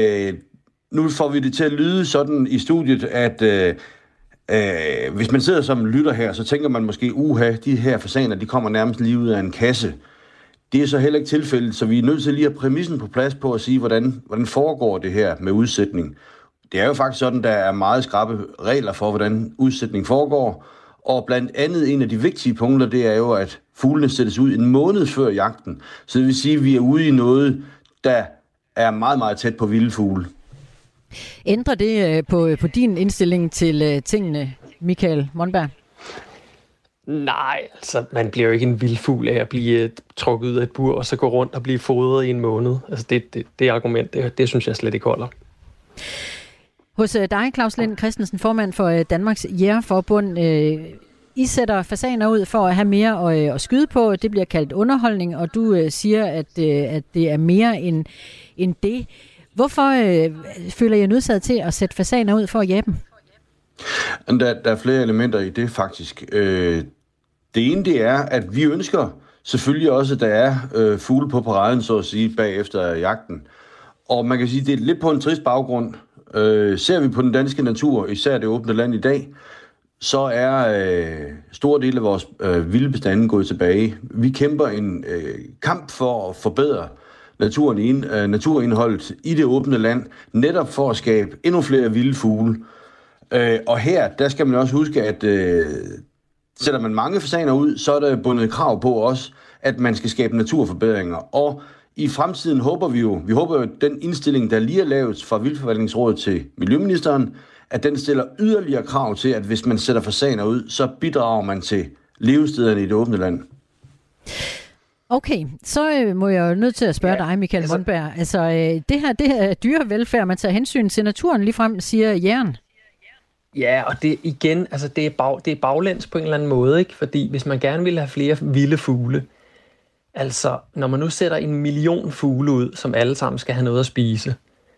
nu får vi det til at lyde sådan i studiet, at hvis man sidder som lytter her, så tænker man måske, de her fasaner, de kommer nærmest lige ud af en kasse. Det er så heller ikke tilfældet, så vi er nødt til lige at have præmissen på plads på at sige, hvordan foregår det her med udsætning. Det er jo faktisk sådan, der er meget skrappe regler for, hvordan udsætning foregår. Og blandt andet en af de vigtige punkter, det er jo, at fuglene sættes ud en måned før jagten. Så det vil sige, at vi er ude i noget, der er meget, meget tæt på vilde fugle. Ændrer det på din indstilling til tingene, Michael Monberg? Nej, altså man bliver jo ikke en vildfugl af at blive trukket ud af et bur, og så gå rundt og blive fodret i en måned. Altså det argument, det synes jeg slet ikke holder. Hos dig, Claus Lind Christensen, formand for Danmarks Jægerforbund. I sætter fasaner ud for at have mere at skyde på. Det bliver kaldt underholdning, og du siger, at det er mere end det. Hvorfor føler jeg nødsaget til at sætte fasaner ud for at jage dem? Der er flere elementer i det faktisk. Det ene det er, at vi ønsker selvfølgelig også, at der er fugle på paraden, så at sige, bagefter jagten. Og man kan sige, at det er lidt på en trist baggrund. Ser vi på den danske natur, især det åbne land i dag, så er stor del af vores vilde bestande gået tilbage. Vi kæmper en kamp for at forbedre naturindholdet i det åbne land, netop for at skabe endnu flere vilde fugle. Og her, der skal man også huske, at sætter man mange fasaner ud, så er der bundet krav på også, at man skal skabe naturforbedringer. Og i fremtiden håber vi jo, at den indstilling, der lige er lavet fra Vildforvaltningsrådet til Miljøministeren, at den stiller yderligere krav til, at hvis man sætter fasaner ud, så bidrager man til levestederne i det åbne land. Okay, så må jeg jo nødt til at spørge dig, Michael Monberg. Altså, det her er dyrevelfærd, man tager hensyn til naturen ligefrem, siger jægeren. Ja, og det igen, altså det er baglæns på en eller anden måde, ikke? Fordi hvis man gerne vil have flere vilde fugle, altså når man nu sætter 1 million fugle ud, som alle sammen skal have noget at spise,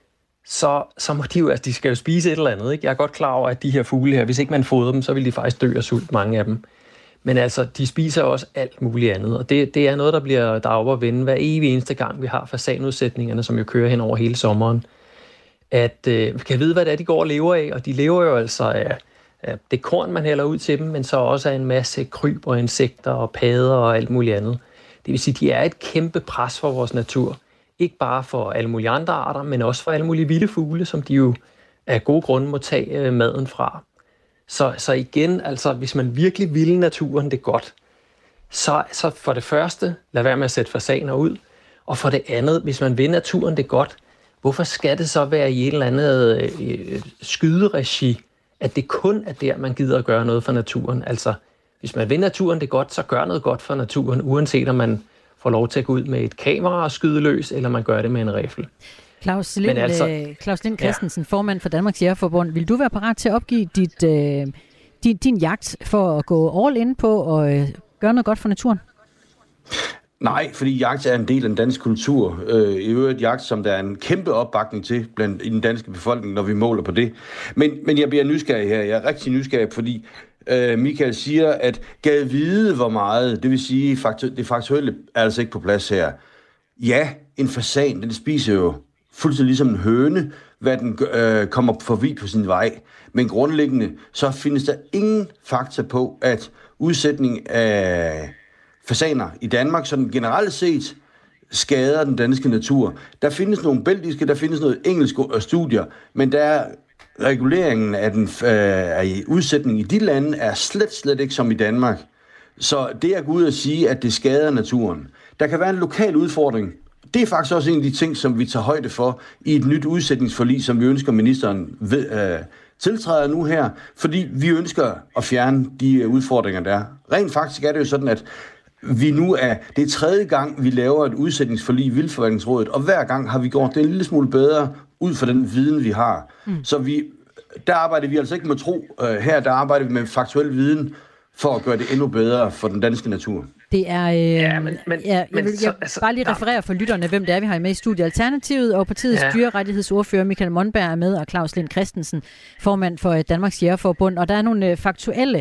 så må de jo, altså de skal jo spise et eller andet, ikke? Jeg er godt klar over, at de her fugle her, hvis ikke man fodrer dem, så vil de faktisk dø af sult, mange af dem. Men altså, de spiser også alt muligt andet, og det er noget, der er oppe at vende hver evig eneste gang, vi har fasanudsætningerne, som jo kører hen over hele sommeren. At kan vide, hvad det er, de går og lever af, og de lever jo altså af det korn, man hælder ud til dem, men så også af en masse kryb og insekter og padder og alt muligt andet. Det vil sige, de er et kæmpe pres for vores natur. Ikke bare for alle mulige andre arter, men også for alle mulige vilde fugle, som de jo af gode grunde må tage maden fra. Så igen, altså hvis man virkelig vil naturen det godt, så for det første, lad være med at sætte fasaner ud, og for det andet, hvis man vil naturen det godt, hvorfor skal det så være i et eller andet skyderegi, at det kun er der, man gider at gøre noget for naturen? Altså, hvis man vil naturen det godt, så gør noget godt for naturen, uanset om man får lov til at gå ud med et kamera og skyde løs, eller man gør det med en riffel. Claus Lind Christensen, formand for Danmarks Jægerforbund. Vil du være parat til at opgive din jagt for at gå all in på og gøre noget godt for naturen? Nej, fordi jagt er en del af den danske kultur. I øvrigt jagt, som der er en kæmpe opbakning til i den danske befolkning, når vi måler på det. Men jeg bliver nysgerrig her. Jeg er rigtig nysgerrig, fordi Michael siger, at gad vide hvor meget, det vil sige, det faktuelle er altså ikke på plads her. Ja, en fasan, den spiser jo fuldstændig ligesom en høne, hvad den kommer forbi på sin vej. Men grundlæggende, så findes der ingen fakta på, at udsætning af fasaner i Danmark, sådan generelt set, skader den danske natur. Der findes nogle belgiske, der findes noget engelske studier, men der er reguleringen af den udsætning i de lande er slet ikke som i Danmark. Så det at gå ud og sige, at det skader naturen. Der kan være en lokal udfordring. Det er faktisk også en af de ting, som vi tager højde for i et nyt udsætningsforlig, som vi ønsker ministeren tiltræder nu her, fordi vi ønsker at fjerne de udfordringer, der er. Rent faktisk er det jo sådan, at det er 3. gang, vi laver et udsætningsforlig i Vildtforvaltningsrådet, og hver gang har vi gjort det en lille smule bedre ud fra den viden, vi har. Så der arbejder vi altså ikke med tro. Her der arbejder vi med faktuel viden for at gøre det endnu bedre for den danske natur. Det er... jeg vil bare lige referere for lytterne, hvem det er, vi har med i studiet. Alternativet og partiets dyrerettighedsordfører Michael Monberg er med, og Claus Lind Christensen, formand for Danmarks Jægerforbund. Og der er nogle faktuelle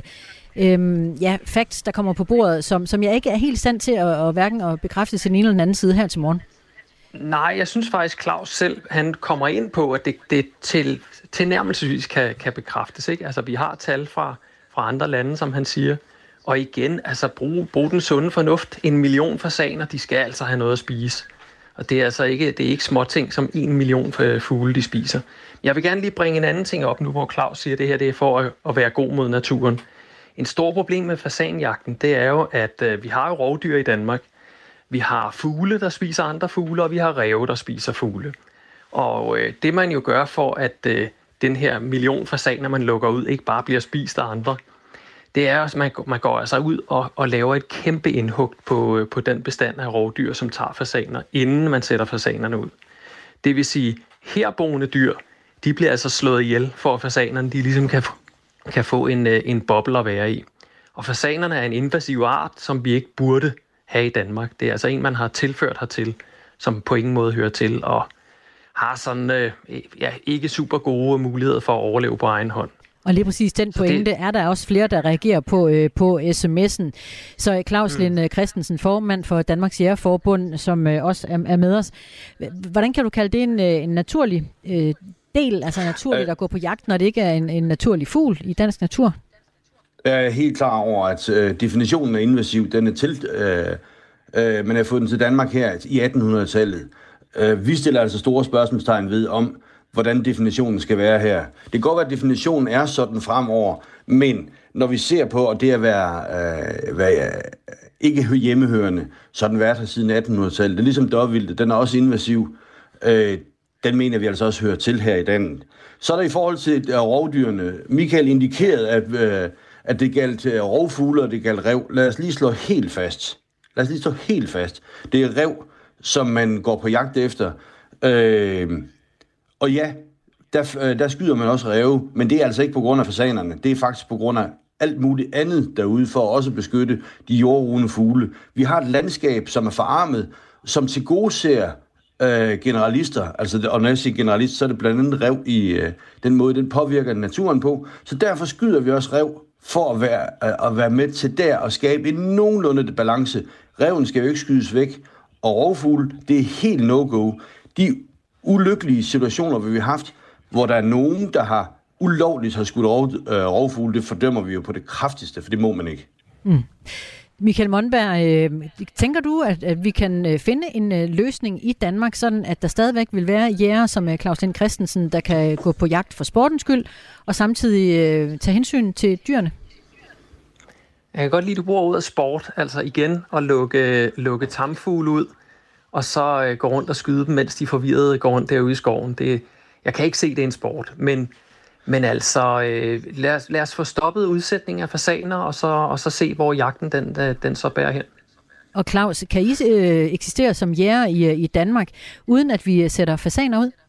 facts, der kommer på bordet, som jeg ikke er helt stand til at hverken at bekræfte til den ene eller den anden side her til morgen. Nej, jeg synes faktisk, Claus selv, han kommer ind på, at det tilnærmelsesvis kan bekræftes. Ikke? Altså, vi har tal fra andre lande, som han siger. Og igen, altså brug den sunde fornuft. 1 million fasaner, de skal altså have noget at spise. Og det er altså ikke småting, som 1 million fugle, de spiser. Jeg vil gerne lige bringe en anden ting op nu, hvor Claus siger, at det her det er for at være god mod naturen. En stor problem med fasanjagten, det er jo, at vi har jo rovdyr i Danmark. Vi har fugle, der spiser andre fugle, og vi har ræve, der spiser fugle. Og det man jo gør for, at den her million fasaner, man lukker ud, ikke bare bliver spist af andre, det er, at man går altså ud og laver et kæmpe indhug på den bestand af rovdyr, som tager fasaner, inden man sætter fasanerne ud. Det vil sige, herboende dyr, de bliver altså slået ihjel, for at fasanerne de ligesom kan få en boble at være i. Og fasanerne er en invasiv art, som vi ikke burde have i Danmark. Det er altså en, man har tilført hertil, som på ingen måde hører til, og har sådan ikke super gode muligheder for at overleve på egen hånd. Og lige præcis den pointe er der også flere, der reagerer på sms'en. Så Claus Lind Christensen, formand for Danmarks Jægerforbund, som også er med os. Hvordan kan du kalde det en naturlig del, altså naturligt at gå på jagt, når det ikke er en naturlig fugl i dansk natur? Jeg er helt klar over, at definitionen af invasiv, den er man har fået den til Danmark her i 1800-tallet. Vi stiller altså store spørgsmålstegn ved om, hvordan definitionen skal være her. Det kan godt være, at definitionen er sådan fremover, men når vi ser på, at det at være ikke hjemmehørende, så har den været her siden 1800-tallet. Det er ligesom dårvilde, den er også invasiv. Den mener vi altså også hører til her i landet. Så er der i forhold til rovdyrene. Michael indikerede, at det galt rovfugle og det galt ræv. Lad os lige slå helt fast. Det er ræv, som man går på jagt efter. Og ja, der skyder man også ræve, men det er altså ikke på grund af fasanerne. Det er faktisk på grund af alt muligt andet derude, for at også beskytte de jordrugende fugle. Vi har et landskab, som er forarmet, som tilgodeser generalister, altså, og når jeg siger generalist, så er det blandt andet ræv i den måde, den påvirker naturen på. Så derfor skyder vi også ræv for at være med til der at skabe en nogenlunde balance. Ræven skal jo ikke skydes væk, og rovfugle, det er helt no-go. De ulykkelige situationer, vi har haft, hvor der er nogen, der har ulovligt har skudt rovfugle, det fordømmer vi jo på det kraftigste, for det må man ikke. Michael Monberg, tænker du, at vi kan finde en løsning i Danmark, sådan at der stadigvæk vil være jæger som Claus Lind Christensen, der kan gå på jagt for sportens skyld, og samtidig tage hensyn til dyrene? Jeg kan godt lide, at du bruger ordet sport, altså igen at lukke tamfugle ud, og så gå rundt og skyde dem, mens de forvirrede går rundt derude i skoven. Jeg kan ikke se, det er en sport, men altså lad os få stoppet udsætning af fasaner, og så se, hvor jagten den så bærer hen. Og Claus, kan I eksistere som jæger i Danmark, uden at vi sætter fasaner ud?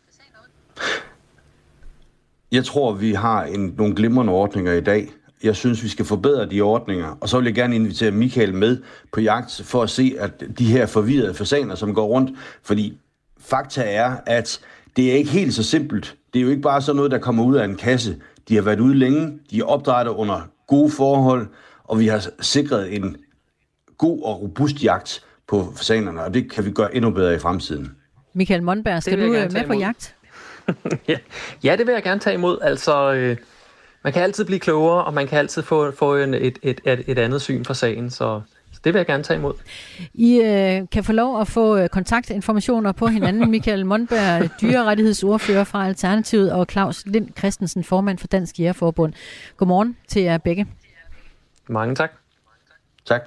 Jeg tror, vi har nogle glimrende ordninger i dag. Jeg synes, vi skal forbedre de ordninger, og så vil jeg gerne invitere Michael med på jagt for at se, at de her forvirrede fasaner, som går rundt, fordi fakta er, at det er ikke helt så simpelt. Det er jo ikke bare sådan noget, der kommer ud af en kasse. De har været ude længe, de er opdrættet under gode forhold, og vi har sikret en god og robust jagt på fasanerne, og det kan vi gøre endnu bedre i fremtiden. Michael Monberg, skal du med på jagt? Ja, det vil jeg gerne tage imod. Altså, man kan altid blive klogere, og man kan altid få et andet syn for sagen, så det vil jeg gerne tage imod. I kan få lov at få kontaktinformationer på hinanden. Michael Monberg, dyrerettighedsordfører fra Alternativet, og Claus Lind Christensen, formand for Dansk Jægerforbund. Godmorgen til jer begge. Mange tak. Tak.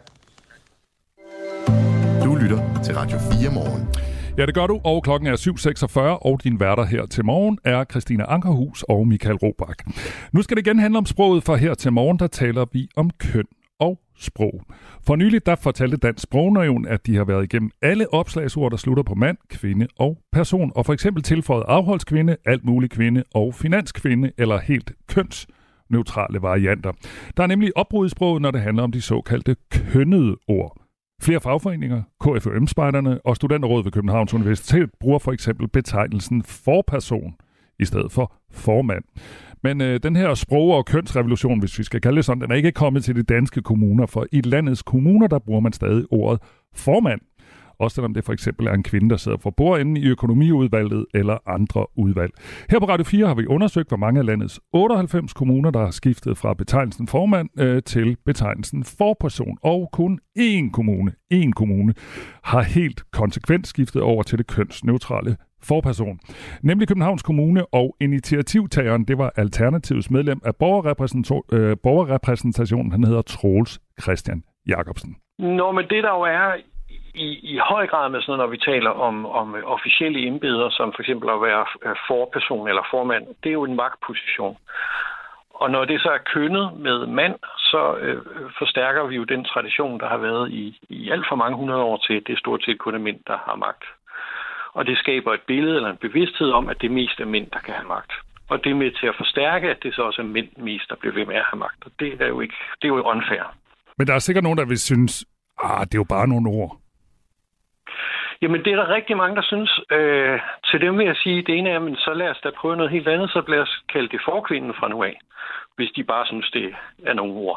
Du lytter til Radio 4 Morgen. Ja, det gør du, og klokken er 7.46, og din værter her til morgen er Christina Ankerhus og Michael Robach. Nu skal det igen handle om sproget, for her til morgen, der taler vi om køn og sprog. For nylig, der fortalte Dansk Sprognævn, at de har været igennem alle opslagsord, der slutter på mand, kvinde og person, og for eksempel tilføjet afholdskvinde, alt muligt kvinde og finanskvinde, eller helt kønsneutrale varianter. Der er nemlig opbrud i sproget, når det handler om de såkaldte kønnede ord. Flere fagforeninger, KFUM-spejderne og Studenterrådet ved Københavns Universitet bruger for eksempel betegnelsen forperson i stedet for formand. Men den her sprog- og kønsrevolution, hvis vi skal kalde det sådan, den er ikke kommet til de danske kommuner, for i landets kommuner, der bruger man stadig ordet formand. Også selvom det for eksempel er en kvinde, der sidder for bordenden i økonomiudvalget eller andre udvalg. Her på Radio 4 har vi undersøgt, hvor mange af landets 98 kommuner, der har skiftet fra betegnelsen formand til betegnelsen forperson. Og kun én kommune har helt konsekvent skiftet over til det kønsneutrale forperson. Nemlig Københavns Kommune, og initiativtageren, det var Alternativets medlem af borgerrepræsentationen, han hedder Troels Christian Jacobsen. Nå, men det der jo er i høj grad med sådan noget, når vi taler om officielle embeder, som for eksempel at være forperson eller formand, det er jo en magtposition. Og når det så er kønnet med mand, så forstærker vi jo den tradition, der har været i alt for mange hundrede år til, det er stort set kun mænd, der har magt. Og det skaber et billede eller en bevidsthed om, at det mest er mænd, der kan have magt. Og det er med til at forstærke, at det så også er mænd mest, der bliver ved med at have magt. Og det er jo ikke, det er jo unfair. Men der er sikkert nogen, der vil synes, det er jo bare nogle ord. Jamen, det er der rigtig mange, der synes. Til dem vil jeg sige, det ene er, men så lad os da prøve noget helt andet, så lad os kalde det forkvinden fra nu af. Hvis de bare synes, det er nogle ord.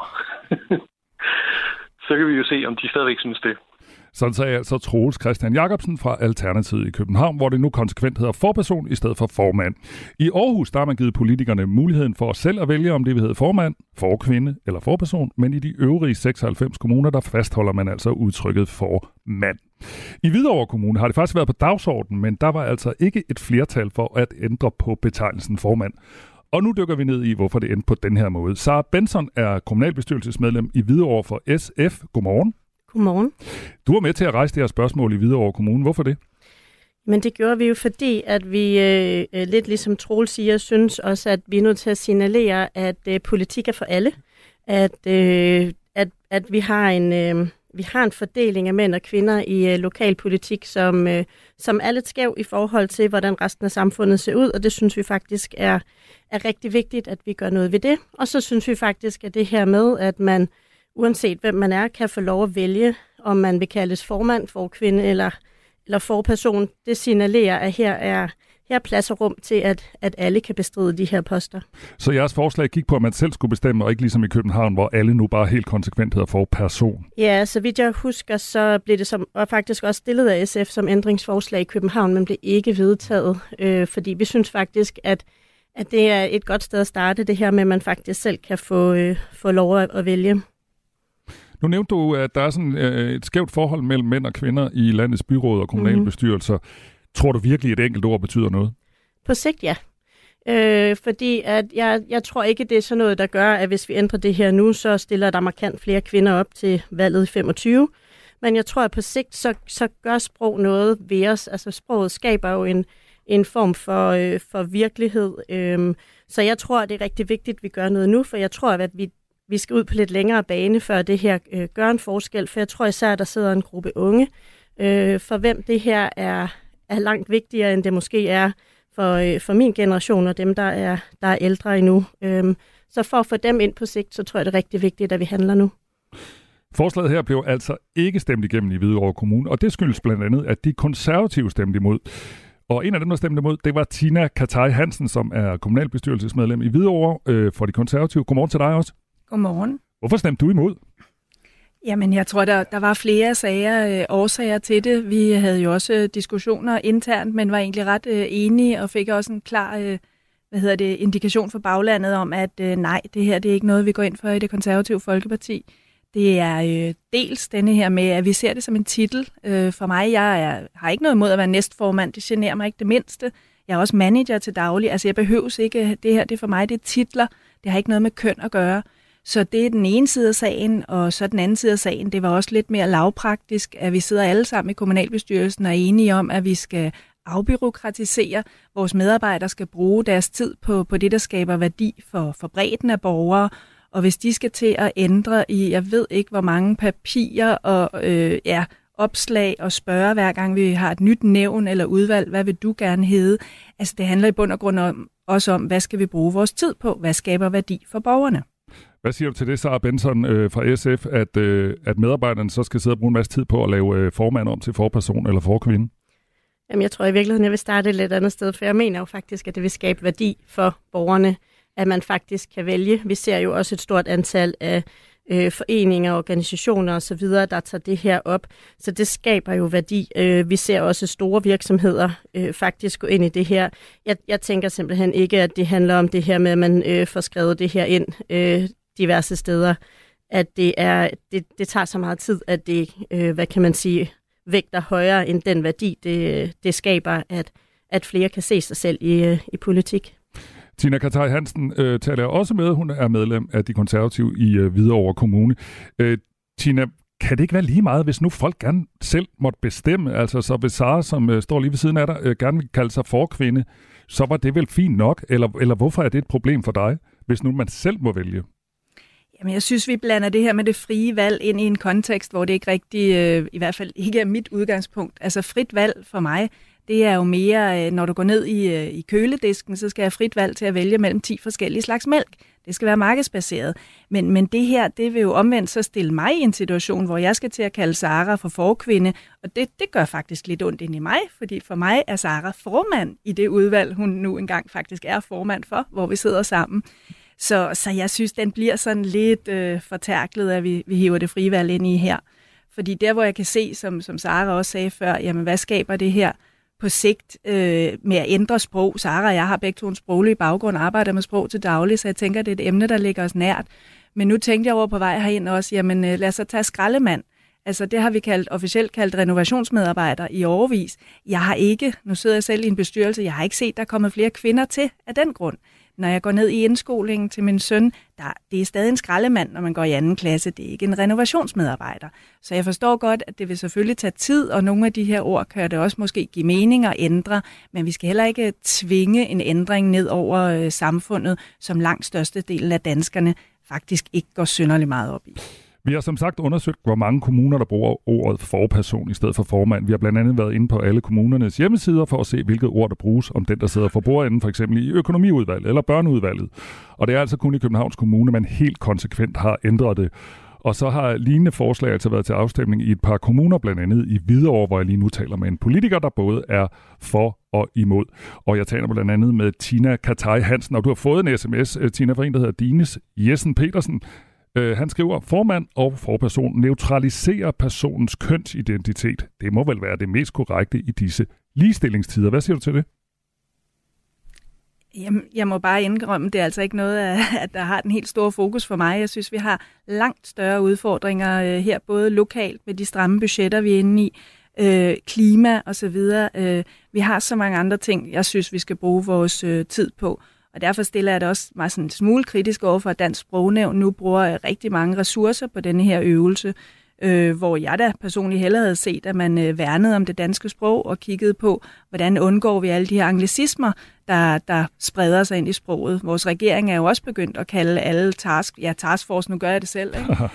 Så kan vi jo se, om de stadigvæk synes det. Sådan sagde altså Troels Christian Jacobsen fra Alternativet i København, hvor det nu konsekvent hedder forperson i stedet for formand. I Aarhus der har man givet politikerne muligheden for selv at vælge, om det vil hedde formand, forkvinde eller forperson, men i de øvrige 96 kommuner, der fastholder man altså udtrykket formand. I Hvidovre Kommune har det faktisk været på dagsordenen, men der var altså ikke et flertal for at ændre på betegnelsen formand. Og nu dykker vi ned i, hvorfor det endte på den her måde. Sara Benson er kommunalbestyrelsesmedlem i Hvidovre for SF. Godmorgen. Godmorgen. Du var med til at rejse det her spørgsmål i Hvidovre Kommune. Hvorfor det? Men det gjorde vi jo, fordi at vi lidt ligesom Troels siger, synes også, at vi er nødt til at signalere, at politik er for alle. At vi har vi har en fordeling af mænd og kvinder i lokalpolitik, som er lidt skæv i forhold til, hvordan resten af samfundet ser ud, og det synes vi faktisk er rigtig vigtigt, at vi gør noget ved det. Og så synes vi faktisk, at det her med, at man, uanset hvem man er, kan få lov at vælge, om man vil kaldes formand, forkvinde eller forperson, det signalerer, at her er plads og rum til, at alle kan bestride de her poster. Så jeres forslag gik på, at man selv skulle bestemme, og ikke ligesom i København, hvor alle nu bare helt konsekvent hedder forperson? Ja, så vidt jeg husker, så blev det og faktisk også stillet af SF som ændringsforslag i København, men blev ikke vedtaget, fordi vi synes faktisk, at det er et godt sted at starte, det her med, at man faktisk selv kan få lov at vælge. Nu nævnte du, at der er sådan et skævt forhold mellem mænd og kvinder i landets byråd og kommunale bestyrelser. Tror du virkelig, at et enkelt ord betyder noget? På sigt, ja. Fordi at jeg tror ikke, det er sådan noget, der gør, at hvis vi ændrer det her nu, så stiller der markant flere kvinder op til valget i 25. Men jeg tror, at på sigt, så gør sprog noget ved os. Altså sproget skaber jo en form for virkelighed. Så jeg tror, at det er rigtig vigtigt, at vi gør noget nu, for jeg tror, at vi skal ud på lidt længere bane, før det her gør en forskel. For jeg tror især, at der sidder en gruppe unge, for hvem det her er langt vigtigere, end det måske er for min generation og dem, der er ældre endnu. Så for at få dem ind på sigt, så tror jeg, det er rigtig vigtigt, at vi handler nu. Forslaget her blev altså ikke stemt igennem i Hvidovre Kommune, og det skyldes blandt andet, at de konservative stemte imod. Og en af dem, der stemte imod, det var Tina Katai Hansen, som er kommunalbestyrelsesmedlem i Hvidovre for de konservative. Godmorgen til dig også. Godmorgen. Hvorfor stemte du imod? Jamen, jeg tror, der var flere årsager til det. Vi havde jo også diskussioner internt, men var egentlig ret enige og fik også en klar indikation for baglandet om, at nej, det her det er ikke noget, vi går ind for i det konservative Folkeparti. Det er dels denne her med, at vi ser det som en titel. For mig, jeg har ikke noget imod at være næstformand. Det generer mig ikke det mindste. Jeg er også manager til daglig. Altså, jeg behøves ikke det her. Det for mig, det er titler. Det har ikke noget med køn at gøre. Så det er den ene side af sagen, og så den anden side af sagen, det var også lidt mere lavpraktisk, at vi sidder alle sammen i kommunalbestyrelsen og er enige om, at vi skal afbureaukratisere. Vores medarbejdere skal bruge deres tid på det, der skaber værdi for bredden af borgere, og hvis de skal til at ændre i, jeg ved ikke, hvor mange papirer og opslag og spørge hver gang vi har et nyt nævn eller udvalg, hvad vil du gerne hedde? Altså det handler i bund og grund også om, hvad skal vi bruge vores tid på? Hvad skaber værdi for borgerne? Hvad siger du til det, Sara Benson fra SF, at medarbejderne så skal sidde og bruge en masse tid på at lave formand om til forperson eller forkvinde? Jamen, jeg tror i virkeligheden, jeg vil starte et lidt andet sted, for jeg mener jo faktisk, at det vil skabe værdi for borgerne, at man faktisk kan vælge. Vi ser jo også et stort antal af foreninger, organisationer osv., der tager det her op. Så det skaber jo værdi. Vi ser også store virksomheder faktisk gå ind i det her. Jeg tænker simpelthen ikke, at det handler om det her med, at man får skrevet det her ind diverse steder. At det tager så meget tid, at det, hvad kan man sige, vægter højere end den værdi, det skaber, at flere kan se sig selv i politik. Tina Katai Hansen taler også med. Hun er medlem af de konservative i Hvidovre Kommune. Tina, kan det ikke være lige meget, hvis nu folk gerne selv måtte bestemme? Altså, så hvis Sara, som står lige ved siden af dig, gerne vil kalde sig forkvinde, så var det vel fint nok? Eller hvorfor er det et problem for dig, hvis nu man selv må vælge? Jamen, jeg synes, vi blander det her med det frie valg ind i en kontekst, hvor det ikke rigtig, i hvert fald ikke er mit udgangspunkt. Altså frit valg for mig, det er jo mere, når du går ned i køledisken, så skal jeg have frit valg til at vælge mellem 10 forskellige slags mælk. Det skal være markedsbaseret. Men det her, det vil jo omvendt så stille mig i en situation, hvor jeg skal til at kalde Sara for forkvinde, og det gør faktisk lidt ondt ind i mig, fordi for mig er Sara formand i det udvalg, hun nu engang faktisk er formand for, hvor vi sidder sammen. Så jeg synes, den bliver sådan lidt fortærklet, at vi hiver det frie valg ind i her. Fordi der, hvor jeg kan se, som Sara også sagde før, jamen hvad skaber det her på sigt med at ændre sprog? Sara og jeg har begge to en sproglig baggrund, arbejder med sprog til daglig, så jeg tænker, det er et emne, der ligger os nært. Men nu tænkte jeg over på vej herind også, jamen lad os så tage skraldemand. Altså det har vi officielt kaldt renovationsmedarbejder i årevis. Jeg har ikke, nu sidder jeg selv i en bestyrelse, jeg har ikke set, der er kommet flere kvinder til af den grund. Når jeg går ned i indskolingen til min søn, det er stadig en skraldemand, når man går i 2. klasse. Det er ikke en renovationsmedarbejder. Så jeg forstår godt, at det vil selvfølgelig tage tid, og nogle af de her ord kan det også måske give mening og ændre, men vi skal heller ikke tvinge en ændring ned over samfundet, som langt størstedelen af danskerne faktisk ikke går synderligt meget op i. Vi har som sagt undersøgt, hvor mange kommuner, der bruger ordet forperson i stedet for formand. Vi har blandt andet været inde på alle kommunernes hjemmesider for at se, hvilket ord der bruges om den, der sidder for bordenden, for eksempel i økonomiudvalget eller børneudvalget. Og det er altså kun i Københavns Kommune, man helt konsekvent har ændret det. Og så har lignende forslag altså været til afstemning i et par kommuner, blandt andet i Hvidovre, hvor jeg lige nu taler med en politiker, der både er for og imod. Og jeg taler blandt andet med Tina Katai Hansen, og du har fået en sms, Tina, fra en, der hedder Dines Jessen Petersen. Han skriver, formand og forperson neutraliserer personens kønsidentitet. Det må vel være det mest korrekte i disse ligestillingstider. Hvad siger du til det? Jamen, jeg må bare indrømme, det er altså ikke noget, at der har den helt store fokus for mig. Jeg synes, vi har langt større udfordringer her, både lokalt med de stramme budgetter, vi er inde i, klima osv. Vi har så mange andre ting, jeg synes, vi skal bruge vores tid på. Og derfor stiller jeg det også meget sådan en smule kritisk over for, at Dansk Sprognævn nu bruger rigtig mange ressourcer på denne her øvelse, hvor jeg da personligt hellere havde set, at man værnede om det danske sprog og kiggede på, hvordan undgår vi alle de her anglicismer, der spreder sig ind i sproget. Vores regering er jo også begyndt at kalde alle taskforce, nu gør jeg det selv,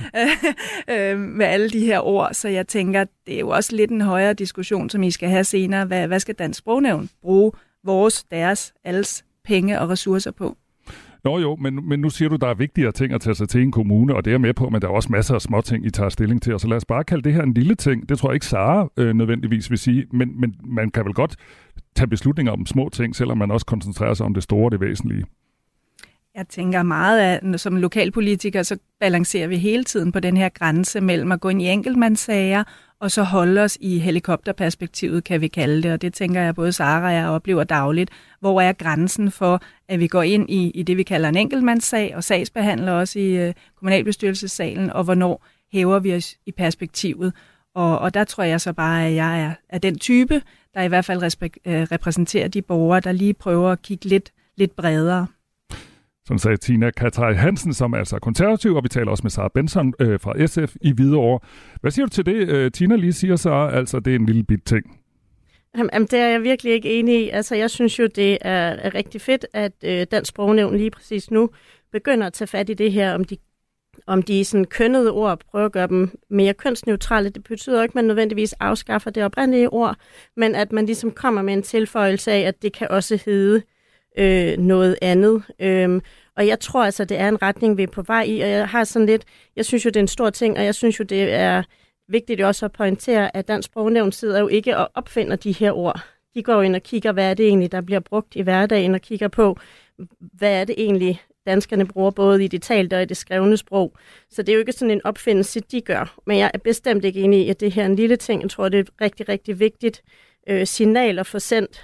ikke? Med alle de her ord, så jeg tænker, det er jo også lidt en højere diskussion, som I skal have senere. Hvad skal Dansk Sprognævn bruge deres, alles penge og ressourcer på? Jo, men nu siger du, der er vigtigere ting at tage sig til en kommune, og det er med på, men der er også masser af små ting, I tager stilling til. Og så lad os bare kalde det her en lille ting. Det tror jeg ikke, Sara nødvendigvis vil sige, men man kan vel godt tage beslutninger om små ting, selvom man også koncentrerer sig om det store og det væsentlige. Jeg tænker meget, at som lokalpolitiker, så balancerer vi hele tiden på den her grænse mellem at gå ind i enkeltmandssager, og så holde os i helikopterperspektivet, kan vi kalde det. Og det tænker jeg, både Sara og jeg oplever dagligt. Hvor er grænsen for, at vi går ind i det, vi kalder en enkeltmandssag, og sagsbehandler også i kommunalbestyrelsessalen, og hvornår hæver vi os i perspektivet. Og der tror jeg så bare, at jeg er den type, der i hvert fald repræsenterer de borgere, der lige prøver at kigge lidt bredere. Sådan sagde Tina Katai Hansen, som er altså konservativ, og vi taler også med Sara Benson fra SF i Hvidovre. Hvad siger du til det? Tina lige siger så, altså det er en lille bit ting. Jamen, det er jeg virkelig ikke enig i. Altså, jeg synes jo, det er rigtig fedt, at Dansk Sprognævn lige præcis nu begynder at tage fat i det her, om de sådan kønnede ord, prøver at gøre dem mere kønsneutrale. Det betyder ikke, at man nødvendigvis afskaffer det oprindelige ord, men at man ligesom kommer med en tilføjelse af, at det kan også hedde noget andet. Og jeg tror altså, det er en retning, vi er på vej i, og jeg synes jo, det er en stor ting, og jeg synes jo, det er vigtigt også at pointere, at Dansk Sprognævn sidder jo ikke og opfinder de her ord. De går ind og kigger, hvad er det egentlig, der bliver brugt i hverdagen, og kigger på, hvad er det egentlig, danskerne bruger både i det talte og i det skrevne sprog. Så det er jo ikke sådan en opfindelse, de gør. Men jeg er bestemt ikke enig i, at det her er en lille ting. Jeg tror, det er et rigtig, rigtig vigtigt signal at få sendt,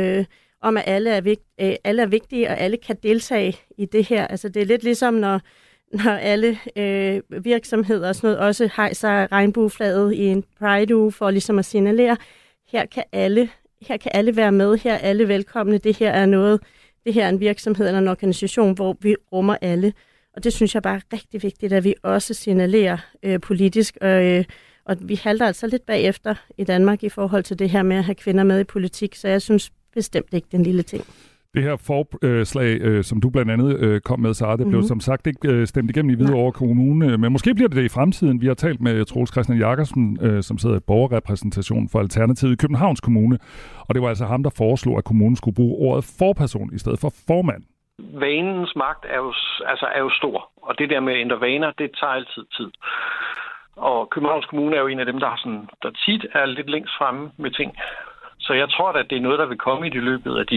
om at alle er vigtige, og alle kan deltage i det her. Altså, det er lidt ligesom, når alle virksomheder og sådan noget også hejser regnbueflaget i en Pride-uge for ligesom at signalere, her kan alle være med, her er alle velkomne, det her er en virksomhed eller en organisation, hvor vi rummer alle. Og det synes jeg bare er rigtig vigtigt, at vi også signalerer politisk, og vi halter altså lidt bagefter i Danmark i forhold til det her med at have kvinder med i politik, så jeg synes bestemt ikke den lille ting. Det her forslag, som du blandt andet kom med, Sara, det blev som sagt ikke stemt igennem i Hvidovre Kommune, men måske bliver det i fremtiden. Vi har talt med Troels Christian Jakobsen, som sidder i borgerrepræsentation for Alternativet i Københavns Kommune, og det var altså ham, der foreslog, at kommunen skulle bruge ordet forperson i stedet for formand. Vanens magt er jo stor, og det der med at ændre vaner, det tager altid tid. Og Københavns Kommune er jo en af dem, der tit er lidt længst fremme med ting. Så jeg tror, at det er noget, der vil komme i det løbet af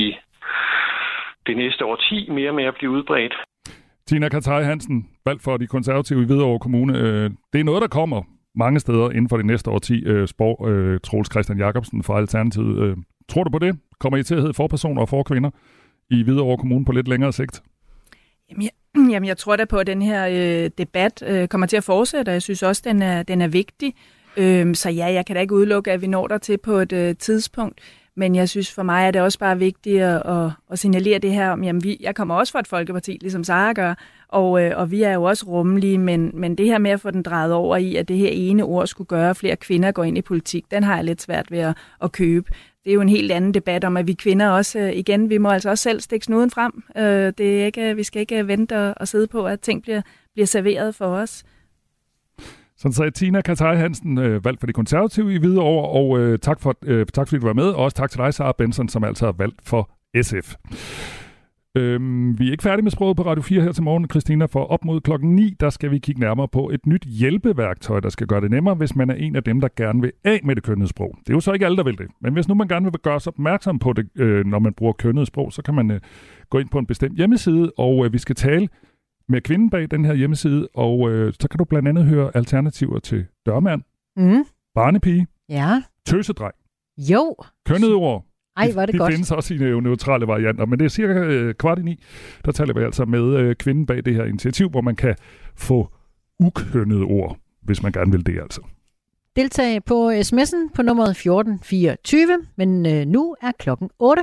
det næste årti mere og mere blive udbredt. Tina Katai Hansen, valgt for de konservative i Hvidovre Kommune. Det er noget, der kommer mange steder inden for det næste årti. Troels Christian Jakobsen fra Alternativet. Tror du på det? Kommer I til at hedde forpersoner og forkvinder i Hvidovre Kommune på lidt længere sigt? Jamen, jeg tror da på, at den her debat kommer til at fortsætte, og jeg synes også, den er vigtig. Så ja, jeg kan da ikke udelukke, at vi når der til på et tidspunkt. Men jeg synes for mig, er det også bare vigtigt at signalere det her om, jamen jeg kommer også fra et folkeparti, ligesom Sara gør, og vi er jo også rummelige, men det her med at få den drejet over i, at det her ene ord skulle gøre, at flere kvinder går ind i politik, den har jeg lidt svært ved at købe. Det er jo en helt anden debat om, at vi kvinder også, igen, vi må altså også selv stikke snuden frem. Det er ikke, vi skal ikke vente og sidde på, at ting bliver serveret for os. Sådan sagde Tina Katai Hansen, valgt for De Konservative i Hvidovre, og tak fordi du var med, og også tak til dig, Sara Benson, som altså er valgt for SF. Vi er ikke færdige med sproget på Radio 4 her til morgen, Christina, for op mod klokken 9, der skal vi kigge nærmere på et nyt hjælpeværktøj, der skal gøre det nemmere, hvis man er en af dem, der gerne vil af med det kønnede sprog. Det er jo så ikke alle, der vil det, men hvis nu man gerne vil gøre sig opmærksom på det, når man bruger kønnet sprog, så kan man gå ind på en bestemt hjemmeside, og vi skal tale med kvinden bag den her hjemmeside, og så kan du blandt andet høre alternativer til dørmand, barnepige, tøsedreng, kønnede ord. Ej, var det de godt. De findes også i neutrale varianter, men det er cirka 8:15. Der taler vi altså med kvinden bag det her initiativ, hvor man kan få ukønnede ord, hvis man gerne vil det altså. Deltag på sms'en på nummeret 1424, men nu er klokken 8.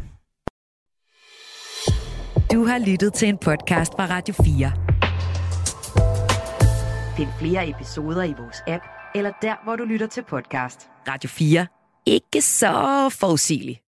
Du har lyttet til en podcast fra Radio 4. Find flere episoder i vores app, eller der, hvor du lytter til podcast. Radio 4. Ikke så forudsigeligt.